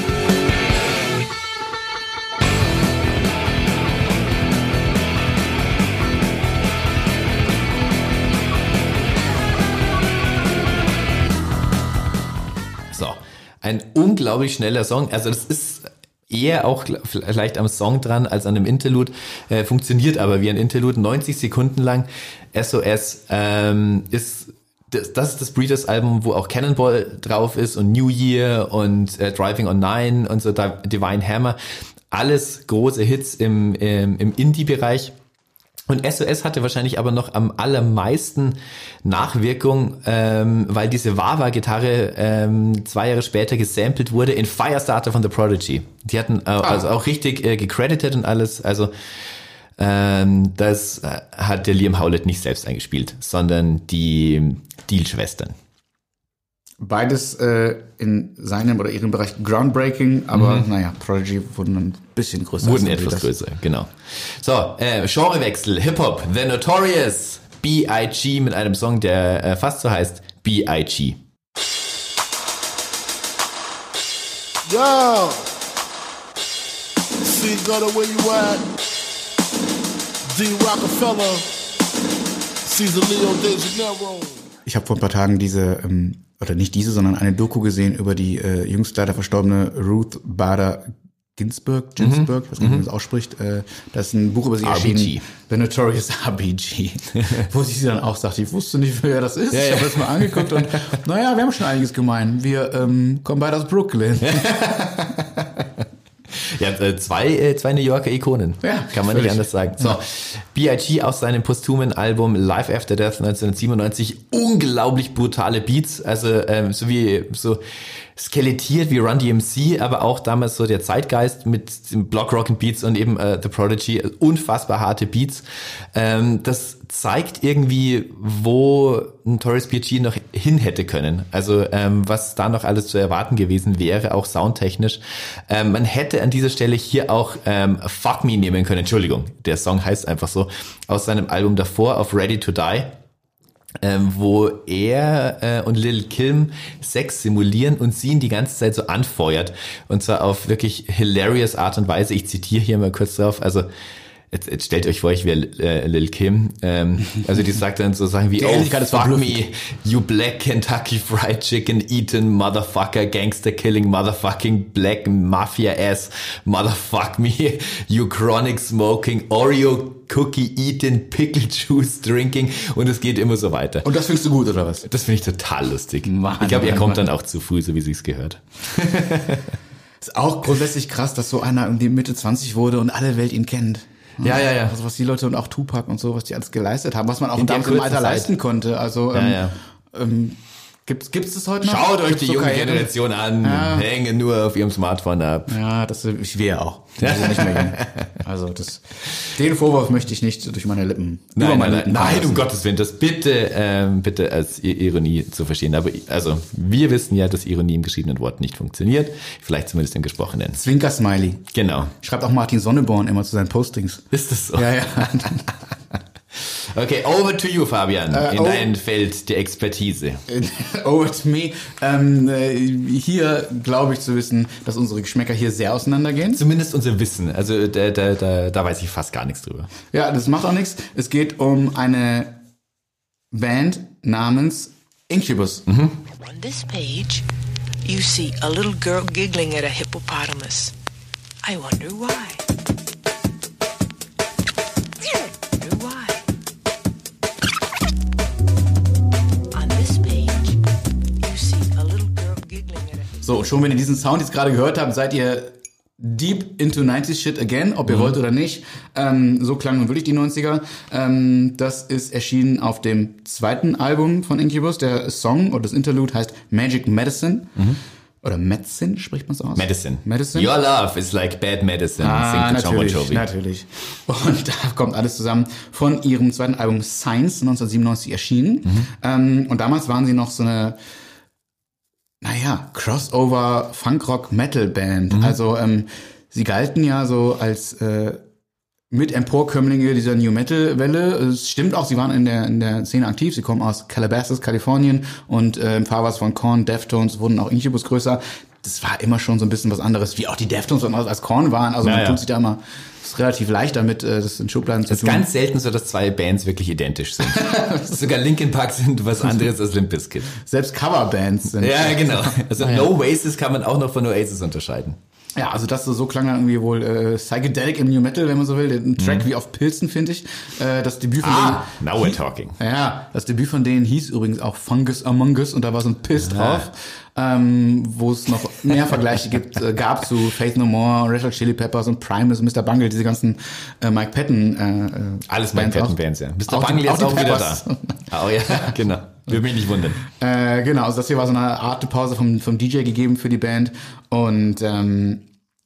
So, ein unglaublich schneller Song. Also das ist eher auch vielleicht am Song dran als an einem Interlude. Äh, funktioniert aber wie ein Interlude, neunzig Sekunden lang. S O S ähm, ist das, das ist das Breeders Album, wo auch Cannonball drauf ist und New Year und äh, Driving on Nine und so Divine Hammer. Alles große Hits im, im, im Indie-Bereich. Und S O S hatte wahrscheinlich aber noch am allermeisten Nachwirkung, ähm, weil diese Wah-Wah-Gitarre ähm, zwei Jahre später gesampelt wurde in Firestarter von The Prodigy. Die hatten äh, also auch richtig äh, gecredited und alles. Also ähm, das äh, hat der Liam Howlett nicht selbst eingespielt, sondern die Deal-Schwestern. Beides äh, in seinem oder ihrem Bereich groundbreaking, aber Mhm. naja, Prodigy wurden ein bisschen größer. Wurden als etwas das. größer, genau. So, äh, Genrewechsel, Hip-Hop, The Notorious, B I G mit einem Song, der äh, fast so heißt, B I G. Yo! See, Gutter, where you at? D. Rockefeller, Caesar Leo De Janeiro. Ich habe vor ein paar Tagen diese, ähm, oder nicht diese, sondern eine Doku gesehen über die äh, jüngst leider verstorbene Ruth Bader Ginsburg, Ginsburg, mhm. ich weiß nicht, wie man das ausspricht. Äh, das ist ein Buch über sie R B G. erschienen. The Notorious R B G. Wo sie dann auch sagt, ich wusste nicht, wer das ist. Ja, ja. Ich habe das mal angeguckt und naja, wir haben schon einiges gemein. Wir ähm, kommen beide aus Brooklyn. Ja, äh, zwei, äh, zwei New Yorker Ikonen. Ja, kann man völlig. nicht anders sagen. So, B I G aus seinem posthumen Album Live After Death neunzehnhundertsiebenundneunzig. Unglaublich brutale Beats. Also ähm, so wie so skelettiert wie Run D M C, aber auch damals so der Zeitgeist mit dem Block-Rockin' Beats und eben äh, The Prodigy. Unfassbar harte Beats. Ähm, das zeigt irgendwie, wo Notorious B I G noch hin hätte können. Also ähm, was da noch alles zu erwarten gewesen wäre, auch soundtechnisch. Ähm, man hätte an dieser Stelle hier auch ähm, Fuck Me nehmen können. Entschuldigung, der Song heißt einfach so. Aus seinem Album davor auf Ready to Die. Ähm, wo er äh, und Lil Kim Sex simulieren und sie ihn die ganze Zeit so anfeuert. Und zwar auf wirklich hilarious Art und Weise. Ich zitiere hier mal kurz drauf. Also Jetzt, jetzt stellt euch vor, ich wäre äh, Lil Kim. Ähm, also die sagt dann so Sachen wie, Die oh, Ähnlichkeit ist fuck verblüffend. me, you black Kentucky Fried Chicken eating motherfucker, gangster killing motherfucking black mafia ass, motherfuck me, you chronic smoking, Oreo cookie eating, pickle juice drinking und es geht immer so weiter. Und das findest du gut, oder was? Das finde ich total lustig. Mann, ich glaube, er Mann, kommt Mann. dann auch zu früh, so wie sich's gehört. Ist auch grundsätzlich krass, dass so einer um die Mitte zwanzig wurde und alle Welt ihn kennt. Ja, ja, ja. Also was die Leute und auch Tupac und so, was die alles geleistet haben, was man auch In in der damals im kurzen Alter Zeit. leisten konnte. Also Ja, ähm, ja. ähm, gibt's gibt's das heute noch? Schaut euch Gibt's die so junge Karrieren? Generation an, Ja. hängen nur auf ihrem Smartphone ab. Ja, das ich will ja auch. Also nicht mehr jung. Also das, den Vorwurf möchte ich nicht durch meine Lippen. über Nein, meine nein, nein, Lippen nein, lassen. um Gottes Willen, das bitte, ähm, bitte als I- Ironie zu verstehen. Aber also, wir wissen ja, dass Ironie im geschriebenen Wort nicht funktioniert. Vielleicht zumindest im gesprochenen. Zwinker-Smiley. Genau. Schreibt auch Martin Sonneborn immer zu seinen Postings. Ist das so? Ja, ja. Okay, over to you, Fabian, Äh, in oh. dein Feld der Expertise. Over to me. Ähm, äh, hier glaube ich zu wissen, dass unsere Geschmäcker hier sehr auseinandergehen. Zumindest unser Wissen. Also da, da, da, da weiß ich fast gar nichts drüber. Ja, das macht auch nichts. Es geht um eine Band namens Incubus. Mhm. On this page, you see a little girl giggling at a hippopotamus. I wonder why. Wonder why. On this page, you see a little girl giggling at a So, schon wenn ihr diesen Sound jetzt gerade gehört habt, seid ihr deep into nineties Shit again, ob ihr wollt oder nicht. Ähm, so klangen nun wirklich die neunziger. Ähm, das ist erschienen auf dem zweiten Album von Incubus. Der Song oder das Interlude heißt Magic Medicine. Oder Medicine, spricht man es aus? Medicine. Medicine. Your love is like bad medicine. Ah, singt John Bon natürlich, Jovi. natürlich. Und da kommt alles zusammen von ihrem zweiten Album Science, neunzehnhundertsiebenundneunzig erschienen. Mhm. Ähm, und damals waren sie noch so eine, naja, Crossover Funkrock-Metal-Band. Mhm. Also ähm, sie galten ja so als äh, mit Emporkömmlinge dieser New Metal-Welle. Es stimmt auch, sie waren in der in der Szene aktiv. Sie kommen aus Calabasas, Kalifornien und äh, im Fahrwasser von Korn, Deftones wurden auch Incubus größer. Das war immer schon so ein bisschen was anderes, wie auch die Deftones und als Korn waren. Also Ja, man ja. tut sich da immer, es ist relativ leicht damit, äh, das in Schubladen zu Es ist tun. ganz selten so, dass zwei Bands wirklich identisch sind. Sogar Linkin Park sind was anderes als Limp Bizkit. Selbst Coverbands sind. Ja, genau. Also Ah, ja. No Oasis kann man auch noch von Oasis unterscheiden. Ja, also das so, so klang dann irgendwie wohl äh, Psychedelic im New Metal, wenn man so will. Ein Track wie auf Pilzen, finde ich. Äh, das Debüt von Mhm. Ah, denen. now we're talking. Ja, das Debüt von denen hieß übrigens auch Fungus Among Us und da war so ein Piss Ah. drauf, ähm, wo es noch mehr Vergleiche gibt, äh, gab zu Faith No More, Red Hot Chili Peppers und Primus, Mister Bungle, diese ganzen äh, Mike Patton äh, äh, Alles Mike Bands auch. Patton Bands, ja. Mister Auch die- Bungle auch ist die auch wieder Peppers. da. Oh ja, genau. Würde mich nicht wundern. Äh, genau, also das hier war so eine Art Pause vom, vom D J gegeben für die Band und ähm,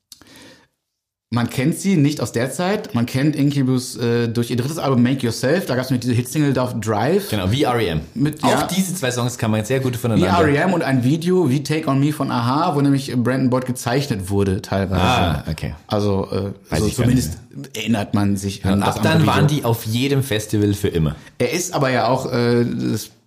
man kennt sie nicht aus der Zeit, man kennt Incubus äh, durch ihr drittes Album Make Yourself, da gab es mit diese Hitsingle Darf Drive. Genau, wie R E M. Mit- auch ja. diese zwei Songs kann man sehr gut Wie voneinander. R E M und ein Video wie Take On Me von Aha, wo nämlich Brandon Boyd gezeichnet wurde teilweise. Ah, okay. Also, äh, also ich gar zumindest erinnert man sich an Und das ab andere dann Video. waren die auf jedem Festival für immer. Er ist aber ja auch äh, das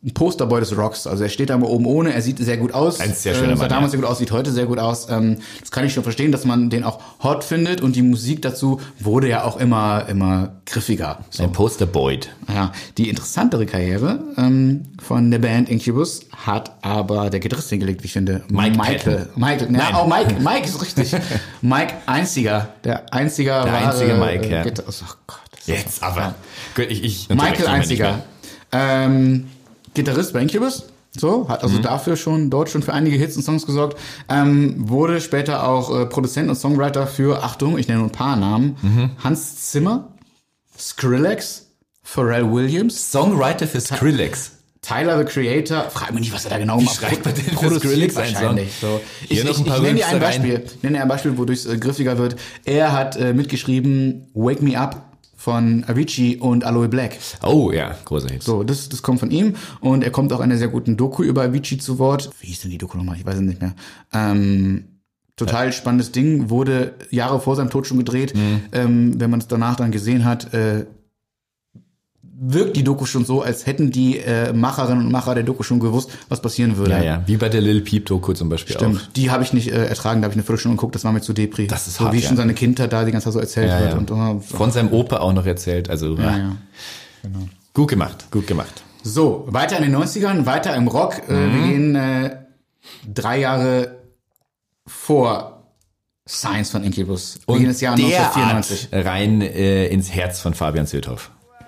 ein Posterboy des Rocks. Also er steht da mal oben ohne, er sieht sehr gut aus. Ein sehr schöner äh, sah Mann, damals ja. sehr gut aus, sieht heute sehr gut aus. Ähm, das kann ich schon verstehen, dass man den auch hot findet und die Musik dazu wurde ja auch immer immer griffiger. So. Ein Posterboyd. Ja, die interessantere Karriere ähm, von der Band Incubus hat aber der Gitarrist hingelegt, wie ich finde. Mike Michael. Patton. Michael. Ja, Nein. auch Mike. Mike ist richtig. Mike Einziger. Der einziger Der wahre, einzige Mike, ja. Gitarrist. Oh Gott. das ist Jetzt aber. Gut, ich, ich Michael Einziger. Ähm, Gitarrist bei Incubus. So, hat also mhm. dafür schon, dort schon für einige Hits und Songs gesorgt. Ähm, wurde später auch äh, Produzent und Songwriter für, Achtung, ich nenne nur ein paar Namen, mhm. Hans Zimmer, Skrillex, Pharrell Williams. Songwriter für Skrillex. Tyler, the Creator, frag mich nicht, was er da genau macht. schreibt man denn für Produziert Skrillex einen wahrscheinlich. So. Ich, Hier noch ich, ein paar ich nenne dir ein Rülpsereien. Beispiel. Ich nenne dir ein Beispiel, wodurch es äh, griffiger wird. Er hat äh, mitgeschrieben Wake Me Up von Avicii und Aloe Black. Oh ja, großer Hit. So, das, das kommt von ihm. Und er kommt auch in einer sehr guten Doku über Avicii zu Wort. Wie hieß denn die Doku nochmal? Ich weiß es nicht mehr. Ähm, total ja. spannendes Ding. Wurde Jahre vor seinem Tod schon gedreht. Mhm. Ähm, wenn man es danach dann gesehen hat, äh, wirkt die Doku schon so, als hätten die äh, Macherinnen und Macher der Doku schon gewusst, was passieren würde. Ja, ja, wie bei der Lil Peep Doku zum Beispiel. Stimmt, auch. Die habe ich nicht äh, ertragen, da habe ich eine Viertelstunde geguckt, das war mir zu Depri. Das ist so hart, wie ja. schon seine Kindheit da die ganze Zeit so erzählt Ja, wird. ja. Und, oh, von seinem Opa auch noch erzählt, also ja, ja. ja. Genau. Gut gemacht, gut gemacht. So, weiter in den neunzigern, weiter im Rock. Mhm. Äh, wir gehen äh, drei Jahre vor Science von Incubus. Wir gehen das Jahr neunzehnhundertvierundneunzig. Rein äh, ins Herz von Fabian Södhoff.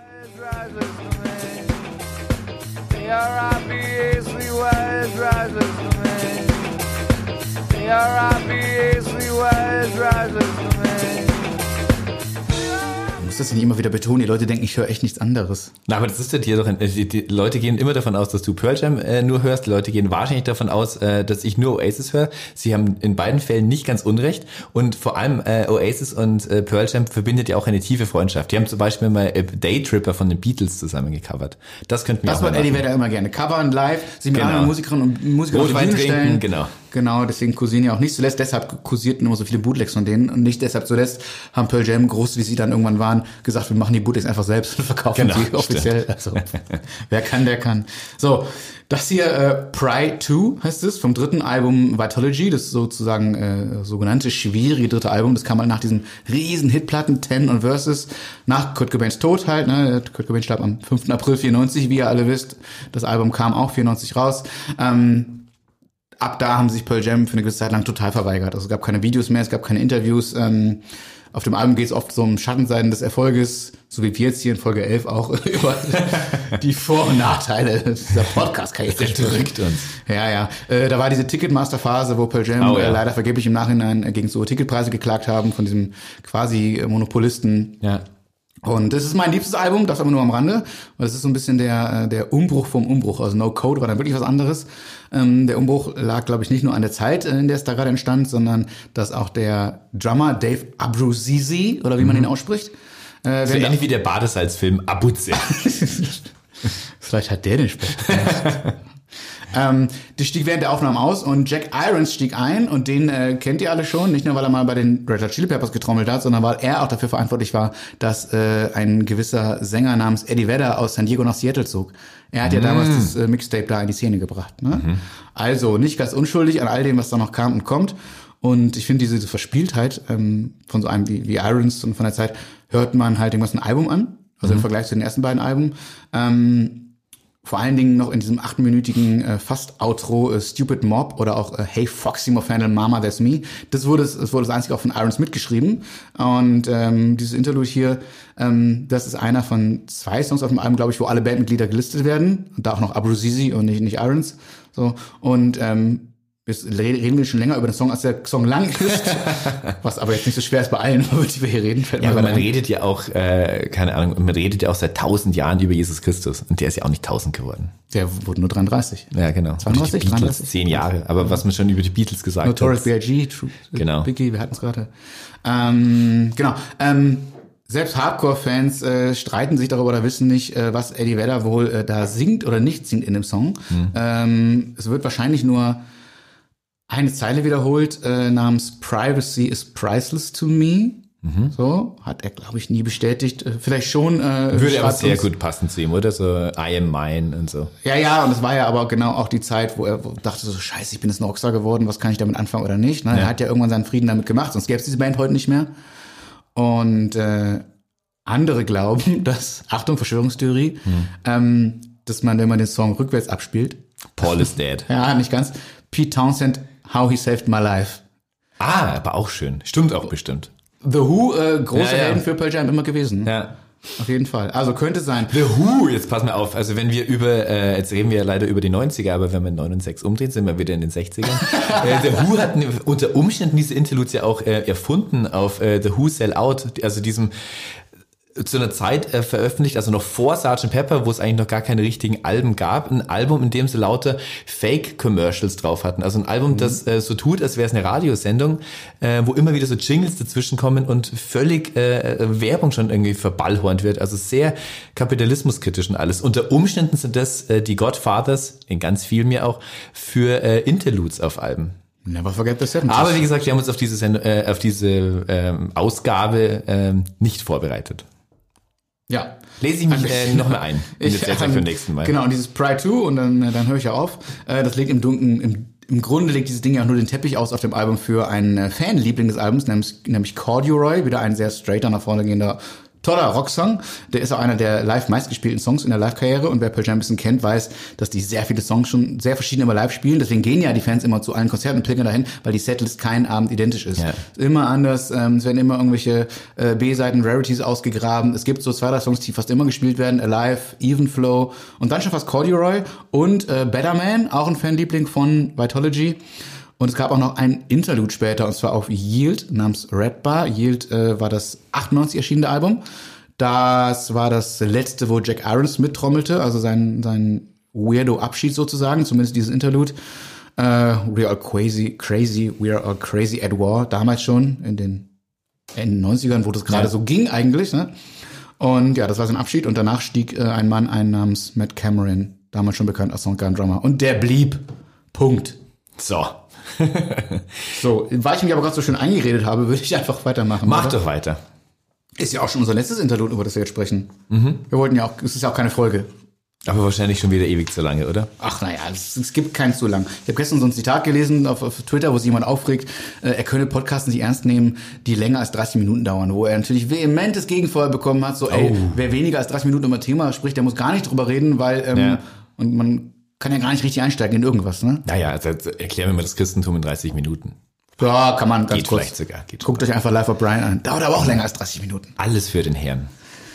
Ich muss das nicht immer wieder betonen, die Leute denken, ich höre echt nichts anderes. Na, aber das ist ja dir doch, die, die Leute gehen immer davon aus, dass du Pearl Jam äh, nur hörst. Die Leute gehen wahrscheinlich davon aus, äh, dass ich nur Oasis höre. Sie haben in beiden Fällen nicht ganz unrecht. Und vor allem äh, Oasis und äh, Pearl Jam verbindet ja auch eine tiefe Freundschaft. Die haben zum Beispiel mal äh, Daytripper von den Beatles zusammen gecovert. Das könnten wir Das auch mal macht Eddie machen. Vedder immer gerne. Covern live, sie mit Genau. anderen Musikerinnen und Musikern auf die Rotwein Bühne trinken, stellen. genau. Genau, deswegen kursieren ja auch nicht zuletzt, deshalb kursierten immer so viele Bootlegs von denen und nicht deshalb zuletzt haben Pearl Jam, groß wie sie dann irgendwann waren, gesagt, wir machen die Bootlegs einfach selbst und verkaufen Genau, sie offiziell. Also, wer kann, der kann. So, das hier äh, Pry zwei heißt es, vom dritten Album Vitology, das ist sozusagen äh, sogenannte schwierige dritte Album, das kam halt nach diesen riesen Hitplatten, Ten und Versus, nach Kurt Cobains Tod halt, ne? Kurt Cobain starb am fünften April vierundneunzig, wie ihr alle wisst, das Album kam auch vierundneunzig raus. Ähm, Ab da haben sich Pearl Jam für eine gewisse Zeit lang total verweigert. Also es gab keine Videos mehr, es gab keine Interviews. Ähm, auf dem Album geht es oft so um Schattenseiten des Erfolges, so wie wir jetzt hier in Folge elf auch über die Vor- und Nachteile dieser Podcast-Karriere drückt uns. Ja, ja. Äh, da war diese Ticketmaster-Phase, wo Pearl Jam Oh, ja. äh, leider vergeblich im Nachhinein äh, gegen so Ticketpreise geklagt haben von diesem quasi äh, Monopolisten. Ja. Und das ist mein liebstes Album, das aber nur am Rande. Und das ist so ein bisschen der der Umbruch vom Umbruch. Also No Code war dann wirklich was anderes. Ähm, der Umbruch lag, glaube ich, nicht nur an der Zeit, in der es da gerade entstand, sondern dass auch der Drummer Dave Abruzzese, oder wie man ihn ausspricht. Äh, So wenn ähnlich wie der Badesalzfilm Abuze. Vielleicht hat der den Spruch. Ähm, die stieg während der Aufnahmen aus und Jack Irons stieg ein und den äh, kennt ihr alle schon, nicht nur weil er mal bei den Red Hot Chili Peppers getrommelt hat, sondern weil er auch dafür verantwortlich war, dass äh, ein gewisser Sänger namens Eddie Vedder aus San Diego nach Seattle zog. Er hat ja damals das äh, Mixtape da in die Szene gebracht. Ne? Mhm. Also nicht ganz unschuldig an all dem, was da noch kam und kommt. Und ich finde diese Verspieltheit ähm, von so einem wie, wie Irons und von der Zeit hört man halt irgendwas ein Album an, also mhm. im Vergleich zu den ersten beiden Alben. Ähm, Vor allen Dingen noch in diesem achtminütigen äh, Fast-Outro äh, Stupid Mob oder auch äh, Hey Foxy Mofandle Mama That's Me. Das wurde das wurde das einzige auch von Irons mitgeschrieben. Und ähm, dieses Interlude hier, ähm, das ist einer von zwei Songs auf dem Album, glaube ich, wo alle Bandmitglieder gelistet werden. Und da auch noch Abruzzese und nicht, nicht Irons. So. Und ähm, jetzt reden wir schon länger über den Song, als der Song lang ist. Was aber jetzt nicht so schwer ist bei allen, über die wir hier reden. Fällt Ja, mir aber gerade man ein. redet ja auch, äh, keine Ahnung, man redet ja auch seit tausend Jahren über Jesus Christus und der ist ja auch nicht tausend geworden. Der wurde nur dreiunddreißig. Ja, genau. zweiunddreißig, Und die Beatles, dreiunddreißig? zehn Jahre. Aber was man schon über die Beatles gesagt Notorious hat. B I G, True, Genau. Biggie, wir hatten es gerade. Ähm, genau. Ähm, selbst Hardcore-Fans äh, streiten sich darüber oder wissen nicht, äh, was Eddie Vedder wohl äh, da singt oder nicht singt in dem Song. Mhm. Ähm, es wird wahrscheinlich nur eine Zeile wiederholt, äh, namens Privacy is priceless to me. Mhm. So, hat er, glaube ich, nie bestätigt. Vielleicht schon. Äh, Würde aber schreibt sehr uns- gut passen zu ihm, oder? So I am mine und so. Ja, ja, und es war ja aber genau auch die Zeit, wo er dachte so, scheiße, ich bin jetzt ein Rockstar geworden, was kann ich damit anfangen oder nicht? Ne? Ja. Er hat ja irgendwann seinen Frieden damit gemacht, sonst gäbe es diese Band heute nicht mehr. Und äh, andere glauben, dass, Achtung, Verschwörungstheorie, Hm. ähm, dass man, wenn man den Song rückwärts abspielt, Paul is dead. ja, nicht ganz, Pete Townsend, How He Saved My Life. Ah, aber auch schön. Stimmt auch bestimmt. The Who, äh, große Ja, ja. Helden für Pearl Jam immer gewesen. Ja. Auf jeden Fall. Also könnte sein. The Who, jetzt pass mal auf, also wenn wir über, äh, jetzt reden wir ja leider über die neunziger, aber wenn wir neun und sechs umdrehen, sind wir wieder in den sechzigern. äh, The Who hat ne- unter Umständen diese Interludes ja auch äh, erfunden auf äh, The Who Sell Out, also diesem zu einer Zeit äh, veröffentlicht, also noch vor Sergeant Pepper, wo es eigentlich noch gar keine richtigen Alben gab, ein Album, in dem sie lauter Fake-Commercials drauf hatten. Also ein Album, das äh, so tut, als wäre es eine Radiosendung, äh, wo immer wieder so Jingles dazwischen kommen und völlig äh, Werbung schon irgendwie verballhornt wird. Also sehr kapitalismuskritisch und alles. Unter Umständen sind das äh, die Godfathers, in ganz viel mir auch, für äh, Interludes auf Alben. Never forget the seventies. Aber wie gesagt, wir haben uns auf diese, Send äh, auf diese ähm, Ausgabe ähm, nicht vorbereitet. Ja. Lese ich mich äh, noch mal ein. Und jetzt erzähl ich ähm, beim nächsten Mal. Genau, und dieses Pride two, und dann, äh, dann höre ich ja auf. Äh, das legt im Dunkeln, im, im Grunde legt dieses Ding ja auch nur den Teppich aus auf dem Album für einen äh, Fanliebling des Albums, nämlich, nämlich Corduroy, wieder ein sehr straighter, nach vorne gehender, toller Rocksong. Der ist auch einer der live meistgespielten Songs in der Live-Karriere, und wer Pearl Jam ein bisschen kennt, weiß, dass die sehr viele Songs schon sehr verschieden immer live spielen. Deswegen gehen ja die Fans immer zu allen Konzerten und pilgern dahin, weil die Setlist keinen Abend identisch ist. Ja. Immer anders, ähm, es werden immer irgendwelche äh, B-Seiten, Rarities ausgegraben. Es gibt so zwei, drei Songs, die fast immer gespielt werden. Alive, Even Flow und dann schon fast Corduroy und äh, Better Man, auch ein Fanliebling von Vitology. Und es gab auch noch ein Interlude später, und zwar auf Yield namens Red Bar. Yield äh, war das achtundneunzig erschienene Album. Das war das letzte, wo Jack Irons mittrommelte, also sein, sein Weirdo-Abschied sozusagen, zumindest dieses Interlude. Äh, we are all crazy, crazy, we are all crazy at war, damals schon, in den Ende neunzigern, wo das gerade Ja. so ging eigentlich. Ne? Und ja, das war sein Abschied, und danach stieg äh, ein Mann ein namens Matt Cameron, damals schon bekannt als Soundgarden-Drummer. Und der blieb. Punkt. So, So, weil ich mich aber gerade so schön eingeredet habe, würde ich einfach weitermachen. mach oder? doch weiter. Ist ja auch schon unser letztes Interlude, über das wir jetzt sprechen. Mhm. Wir wollten ja auch, es ist ja auch keine Folge. Aber wahrscheinlich schon wieder ewig zu lange, oder? Ach naja, es, es gibt keinen zu lang. Ich habe gestern so ein Zitat gelesen auf, auf Twitter, wo sich jemand aufregt, äh, er könne Podcasts nicht ernst nehmen, die länger als dreißig Minuten dauern, wo er natürlich vehementes Gegenfeuer bekommen hat, so ey, Oh. wer weniger als dreißig Minuten über ein Thema spricht, der muss gar nicht drüber reden, weil ähm, Ja. und man kann ja gar nicht richtig einsteigen in irgendwas, ne? Naja, also erklär mir mal das Christentum in dreißig Minuten. Ja, kann man ganz Geht kurz. vielleicht sogar, geht Guckt euch einfach Live of Brian an. Dauert aber auch länger als dreißig Minuten. Alles für den Herrn.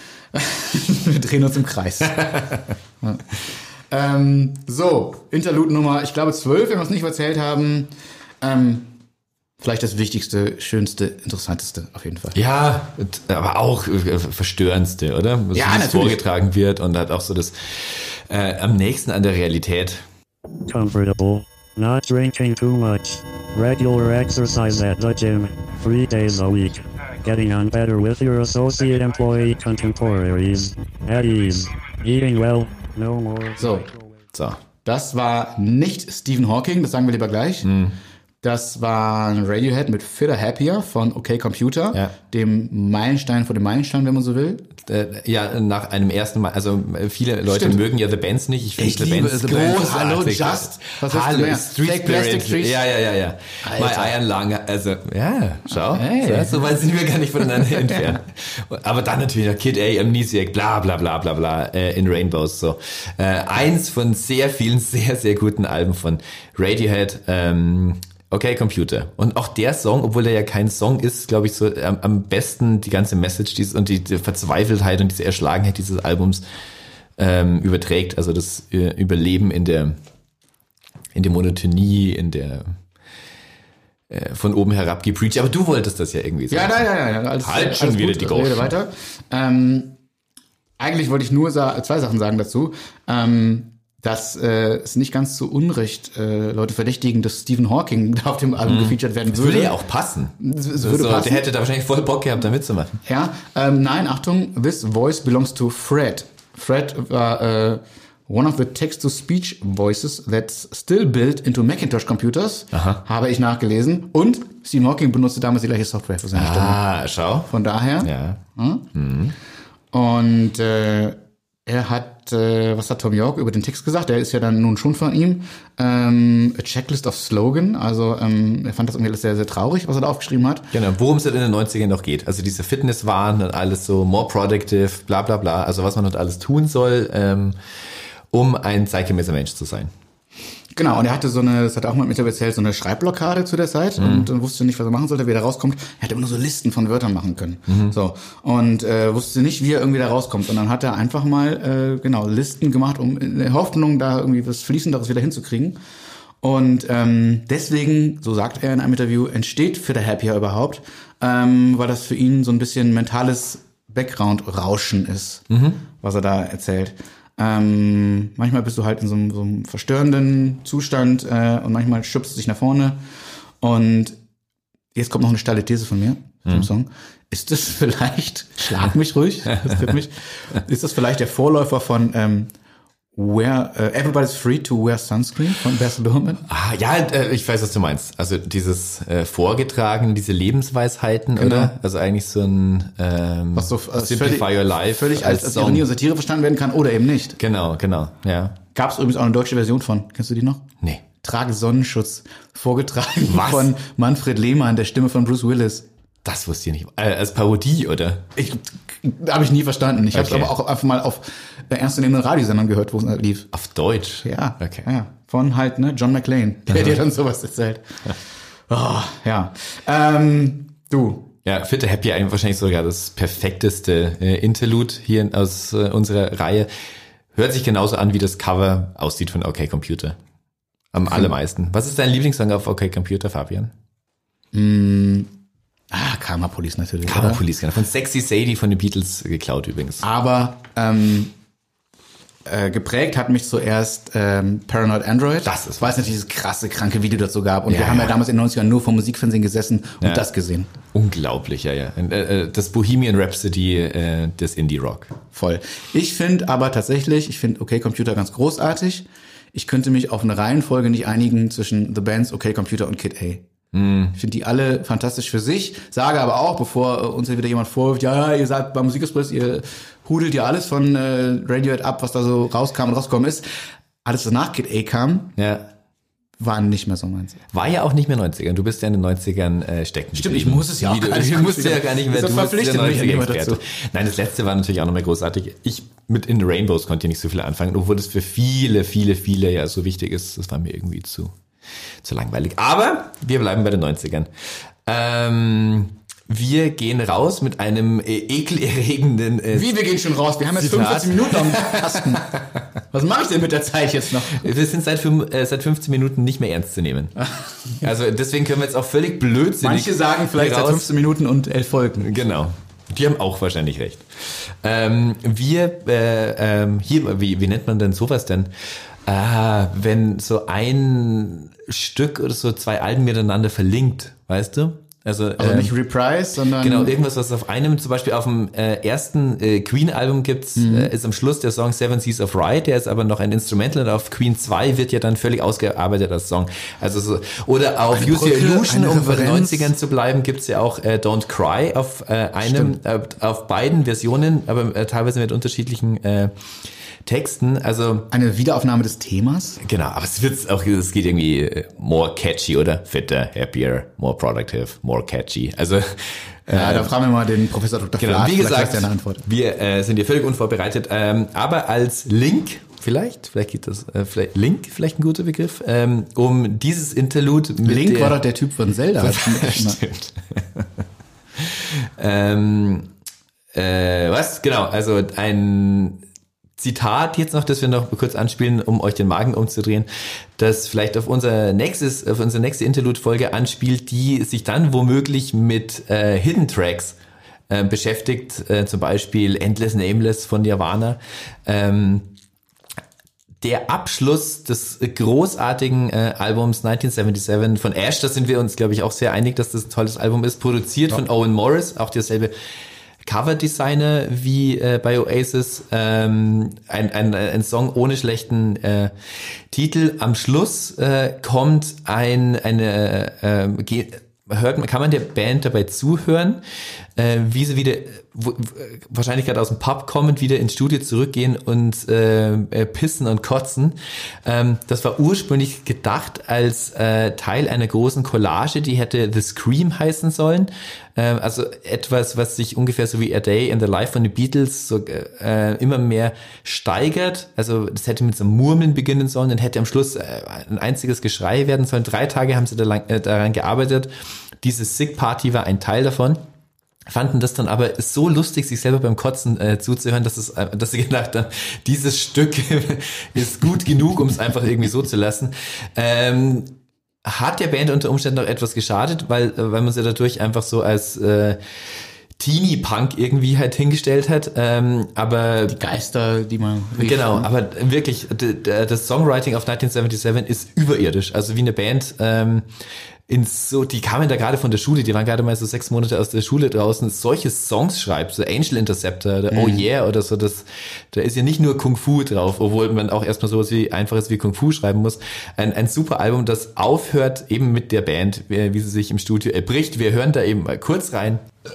Wir drehen uns im Kreis. Ja. Ähm, so, Interlude Nummer, ich glaube zwölf, wenn wir es nicht erzählt haben. Ähm, vielleicht das Wichtigste, Schönste, Interessanteste auf jeden Fall. Ja, und- aber auch äh, verstörendste, oder? Was Ja, wie es natürlich. vorgetragen wird und hat auch so das äh, am nächsten an der Realität. Comfortable. Not drinking too much. Regular exercise at the gym. Three days a week. Getting on better with your associate employee contemporaries. At ease. Eating well. No more. So, So. das war nicht Stephen Hawking, das sagen wir lieber gleich. Hm. Das war ein Radiohead mit Fitter Happier von OK Computer, Ja. dem Meilenstein vor dem Meilenstein, wenn man so will. Äh, ja, nach einem ersten Mal, also äh, viele Leute Stimmt. mögen ja The Bands nicht. Ich finde Ich The liebe Bands The Bands. großartig. Hallo, Just. Was willst du Hallo, mehr? Street Fake Plastic Spirit. Trees? Ja, ja, ja, ja. My Alter. Iron Lung, also, ja, schau. Hey. So, so weit sind wir gar nicht voneinander entfernt. Aber dann natürlich noch Kid A, Amnesiac, bla, bla, bla, bla, bla, äh, in Rainbows, so. Äh, eins von sehr vielen, sehr, sehr guten Alben von Radiohead, ähm, Okay, Computer. Und auch der Song, obwohl er ja kein Song ist, glaube ich, so am, am besten die ganze Message dieses, und die, die Verzweifeltheit und diese Erschlagenheit dieses Albums ähm, überträgt. Also das äh, Überleben in der in der Monotonie, in der äh, von oben herab gepreacht. Aber du wolltest das ja irgendwie so. Ja, nein, nein, nein. Alles, Halt schon alles wieder gut, die rede Gauchen. weiter. Ähm, eigentlich wollte ich nur sa- zwei Sachen sagen dazu. Ähm, dass äh, es nicht ganz zu Unrecht äh, Leute verdächtigen, dass Stephen Hawking da auf dem Album gefeatured werden Das würde. würde ja auch passen. Es, es So, würde so, passen. der hätte da wahrscheinlich voll Bock gehabt, da mitzumachen. Ja, ähm, nein, Achtung, this voice belongs to Fred. Fred war äh, One of the text-to-speech voices that's still built into Macintosh computers, Aha. habe ich nachgelesen. Und Stephen Hawking benutzte damals die gleiche Software für seine Stimme. Ah, schau. Von daher. Ja. Hm? Mhm. Und äh, er hat, äh, was hat Tom York über den Text gesagt? Der ist ja dann nun schon von ihm. Ähm, a Checklist of Slogan. Also ähm, er fand das irgendwie alles sehr, sehr traurig, was er da aufgeschrieben hat. Genau, worum es halt in den neunzigern noch geht. Also diese Fitnesswahn und alles so, more productive, bla bla bla. Also was man dort alles tun soll, ähm, um ein zeitgemäßer Mensch zu sein. Genau, und er hatte so eine, das hat er auch mal mit mir erzählt, so eine Schreibblockade zu der Zeit mhm. und dann wusste nicht, was er machen sollte, wie er da rauskommt. Er hätte immer nur so Listen von Wörtern machen können. Mhm. So. Und äh, wusste nicht, wie er irgendwie da rauskommt. Und dann hat er einfach mal äh, genau Listen gemacht, um in der Hoffnung, da irgendwie was Fließenderes wieder hinzukriegen. Und ähm, deswegen, so sagt er in einem Interview, entsteht für der Happier überhaupt, ähm, weil das für ihn so ein bisschen mentales Background-Rauschen ist, mhm. was er da erzählt. Ähm, manchmal bist du halt in so einem, so einem verstörenden Zustand äh, und manchmal schubst du dich nach vorne. Und jetzt kommt noch eine steile These von mir mhm. zum Song. Ist das vielleicht, schlag mich ruhig, das wird mich, ist das vielleicht der Vorläufer von ähm, Wear, uh, Everybody's Free to Wear Sunscreen von Baz Luhrmann? Ah, ja, äh, ich weiß, was du meinst. Also dieses äh, Vorgetragen, diese Lebensweisheiten, genau. Oder? Also eigentlich so ein ähm, was so, äh, Simplify völlig, Your Life völlig als, als Ironie und Satire verstanden werden kann oder eben nicht. Genau, genau, ja. Gab es übrigens auch eine deutsche Version von. Kennst du die noch? Nee. Trage Sonnenschutz, vorgetragen was? Von Manfred Lehmann, der Stimme von Bruce Willis. Das wusste ich nicht. Äh, als Parodie, oder? Ich habe ich nie verstanden. Ich Okay. habe es aber auch einfach mal auf äh, ernstzunehmenden Radiosendern gehört, wo es halt lief. Auf Deutsch? Ja. Okay. Ja. Von halt, ne, John McClane. Der hat dir dann sowas erzählt. Oh, ja. Ähm, du. Ja, Fitte Happy eigentlich wahrscheinlich sogar das perfekteste äh, Interlude hier aus äh, unserer Reihe. Hört sich genauso an, wie das Cover aussieht von OK Computer. Am okay. allermeisten. Was ist dein Lieblingssong auf OK Computer, Fabian? Mm. Ah, Karma Police natürlich. Karma Police, genau. Von Sexy Sadie von den Beatles geklaut übrigens. Aber ähm, äh, geprägt hat mich zuerst ähm, Paranoid Android. Das ist, weil es natürlich dieses krasse, kranke Video dazu gab. Und ja, wir haben ja, ja damals in den neunzigern nur vom Musikfernsehen gesessen und ja. das gesehen. Unglaublich, ja, ja. Das Bohemian Rhapsody äh, des Indie-Rock. Voll. Ich finde aber tatsächlich, ich finde OK Computer ganz großartig. Ich könnte mich auf eine Reihenfolge nicht einigen zwischen The Bands, OK Computer und Kid A. Mm. Ich finde die alle fantastisch für sich, sage aber auch, bevor uns wieder jemand vorwirft, ja, ihr seid beim Musikexpress, ihr hudelt ja alles von äh, Radiohead ab, was da so rauskam und rausgekommen ist. Alles, was nach Kid A kam, ja. war nicht mehr so meins. War ja auch nicht mehr neunzigern. Du bist ja in den neunzigern äh, stecken. Stimmt, ich muss es ja auch du, gar nicht. Ich muss ja gar nicht mehr. Das du verpflichtet mich immer dazu. Nein, das letzte war natürlich auch nochmal großartig. Ich mit In the Rainbows konnte ja nicht so viel anfangen, obwohl das für viele, viele, viele ja so wichtig ist. Das war mir irgendwie zu zu langweilig. Aber wir bleiben bei den neunzigern. Ähm, wir gehen raus mit einem äh, ekelerregenden äh, Wie, wir gehen schon raus? Wir haben jetzt Zitat. fünfundvierzig Minuten am Kasten. Was mache ich denn mit der Zeit jetzt noch? Wir sind seit, fünf, äh, seit fünfzehn Minuten nicht mehr ernst zu nehmen. Also deswegen können wir jetzt auch völlig blödsinnig Manche sagen vielleicht seit fünfzehn Minuten und elf Folgen. Genau. Die haben auch wahrscheinlich recht. Ähm, wir, äh, ähm, hier, wie, wie nennt man denn sowas denn? Ah, wenn so ein Stück oder so zwei Alben miteinander verlinkt, weißt du? Also, also ähm, nicht Reprise, sondern... Genau, irgendwas, was auf einem, zum Beispiel auf dem äh, ersten äh, Queen-Album gibt's, mhm. äh, ist am Schluss der Song Seven Seas of Rye, der ist aber noch ein Instrumental und auf Queen zwei wird ja dann völlig ausgearbeitet als Song. Also so, oder auf Eine Use Your Brücke, Illusion, eine um bei den Referenz. neunzigern zu bleiben, gibt's ja auch äh, Don't Cry auf äh, einem, äh, auf beiden Versionen, aber äh, teilweise mit unterschiedlichen äh, Texten, also eine Wiederaufnahme des Themas. Genau, aber es wird auch, es geht irgendwie more catchy, oder? Fitter, happier, more productive, more catchy. Also ja, äh, da fragen wir mal den Professor Doktor Genau, Flath, wie vielleicht gesagt, weiß der eine Antwort. wir äh, sind hier völlig unvorbereitet, ähm, aber als Link, vielleicht, vielleicht geht das, äh, vielleicht Link, vielleicht ein guter Begriff, ähm, um dieses Interlude mit Link der, war doch der Typ von Zelda. Stimmt. ähm, äh, was? Genau, also ein Zitat jetzt noch, das wir noch kurz anspielen, um euch den Magen umzudrehen, das vielleicht auf unser nächstes, auf unsere nächste Interlude-Folge anspielt, die sich dann womöglich mit äh, Hidden Tracks äh, beschäftigt, äh, zum Beispiel Endless Nameless von Nirvana. Ähm, der Abschluss des großartigen äh, Albums neunzehnhundertsiebenundsiebzig von Ash, da sind wir uns, glaube ich, auch sehr einig, dass das ein tolles Album ist, produziert ja. von Owen Morris, auch derselbe Coverdesigner wie äh, bei Oasis, ähm, ein, ein, ein Song ohne schlechten äh, Titel. Am Schluss äh, kommt ein eine äh, äh, hört kann man der Band dabei zuhören, äh, wie sie wieder wo, wahrscheinlich gerade aus dem Pub kommend wieder ins Studio zurückgehen und äh, äh, pissen und kotzen. Ähm, das war ursprünglich gedacht als äh, Teil einer großen Collage, die hätte The Scream heißen sollen. Ähm, also etwas, was sich ungefähr so wie A Day in the Life von den Beatles so äh, immer mehr steigert. Also das hätte mit so einem Murmeln beginnen sollen und hätte am Schluss äh, ein einziges Geschrei werden sollen. Drei Tage haben sie da lang, äh, daran gearbeitet. Diese Sick Party war ein Teil davon. Fanden das dann aber so lustig, sich selber beim Kotzen äh, zuzuhören, dass es, äh, dass sie gedacht haben, dieses Stück ist gut genug, um es einfach irgendwie so zu lassen. Ähm, hat der Band unter Umständen noch etwas geschadet, weil, weil man sie dadurch einfach so als äh, Teenie-Punk irgendwie halt hingestellt hat. Ähm, aber die Geister, die man rief. Genau, aber wirklich, d- d- das Songwriting auf neunzehnhundertsiebenundsiebzig ist überirdisch. Also wie eine Band ähm, ins so, die kamen da gerade von der Schule, die waren gerade mal so sechs Monate aus der Schule draußen, solche Songs schreibt, so Angel Interceptor oder Oh Yeah oder so, das, da ist ja nicht nur Kung Fu drauf, obwohl man auch erstmal sowas wie einfaches wie Kung Fu schreiben muss. Ein, ein super Album, das aufhört eben mit der Band, wie, wie sie sich im Studio erbricht. Wir hören da eben mal kurz rein.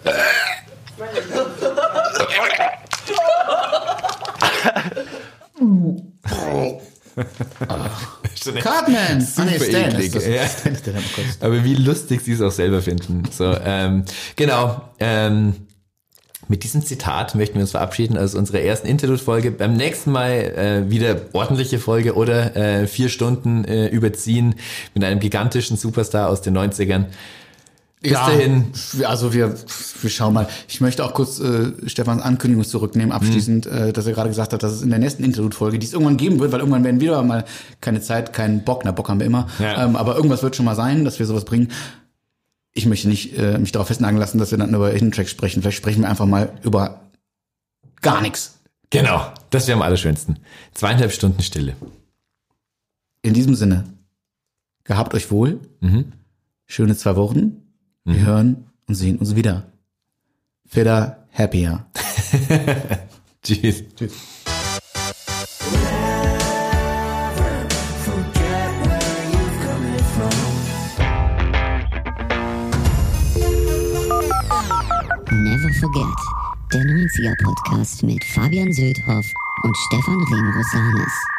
Cartman! Super ah, nee, Stan eklig. ist das. Ja. Stan ist der, der am Kosten. Aber wie lustig sie es auch selber finden. So, ähm, genau. Ähm, mit diesem Zitat möchten wir uns verabschieden aus unserer ersten Interlude-Folge. Beim nächsten Mal äh, wieder ordentliche Folge oder äh, vier Stunden äh, überziehen mit einem gigantischen Superstar aus den neunzigern. Bis ja, dahin. Also wir, wir schauen mal. Ich möchte auch kurz äh, Stefans Ankündigung zurücknehmen, abschließend, mhm. äh, dass er gerade gesagt hat, dass es in der nächsten Interlude-Folge, die es irgendwann geben wird, weil irgendwann werden wir mal keine Zeit, keinen Bock, na Bock haben wir immer, ja. ähm, aber irgendwas wird schon mal sein, dass wir sowas bringen. Ich möchte nicht äh, mich darauf festnageln lassen, dass wir dann über Hidden Tracks sprechen. Vielleicht sprechen wir einfach mal über gar nichts. Genau, das wäre am allerschönsten. Zweieinhalb Stunden Stille. In diesem Sinne, gehabt euch wohl, Mhm. schöne zwei Wochen. Wir Mhm. hören und sehen uns wieder. Fitter, happier. Tschüss. Tschüss. Never Forget, der neunziger Podcast mit Fabian Söldhoff und Stefan Remrosanis.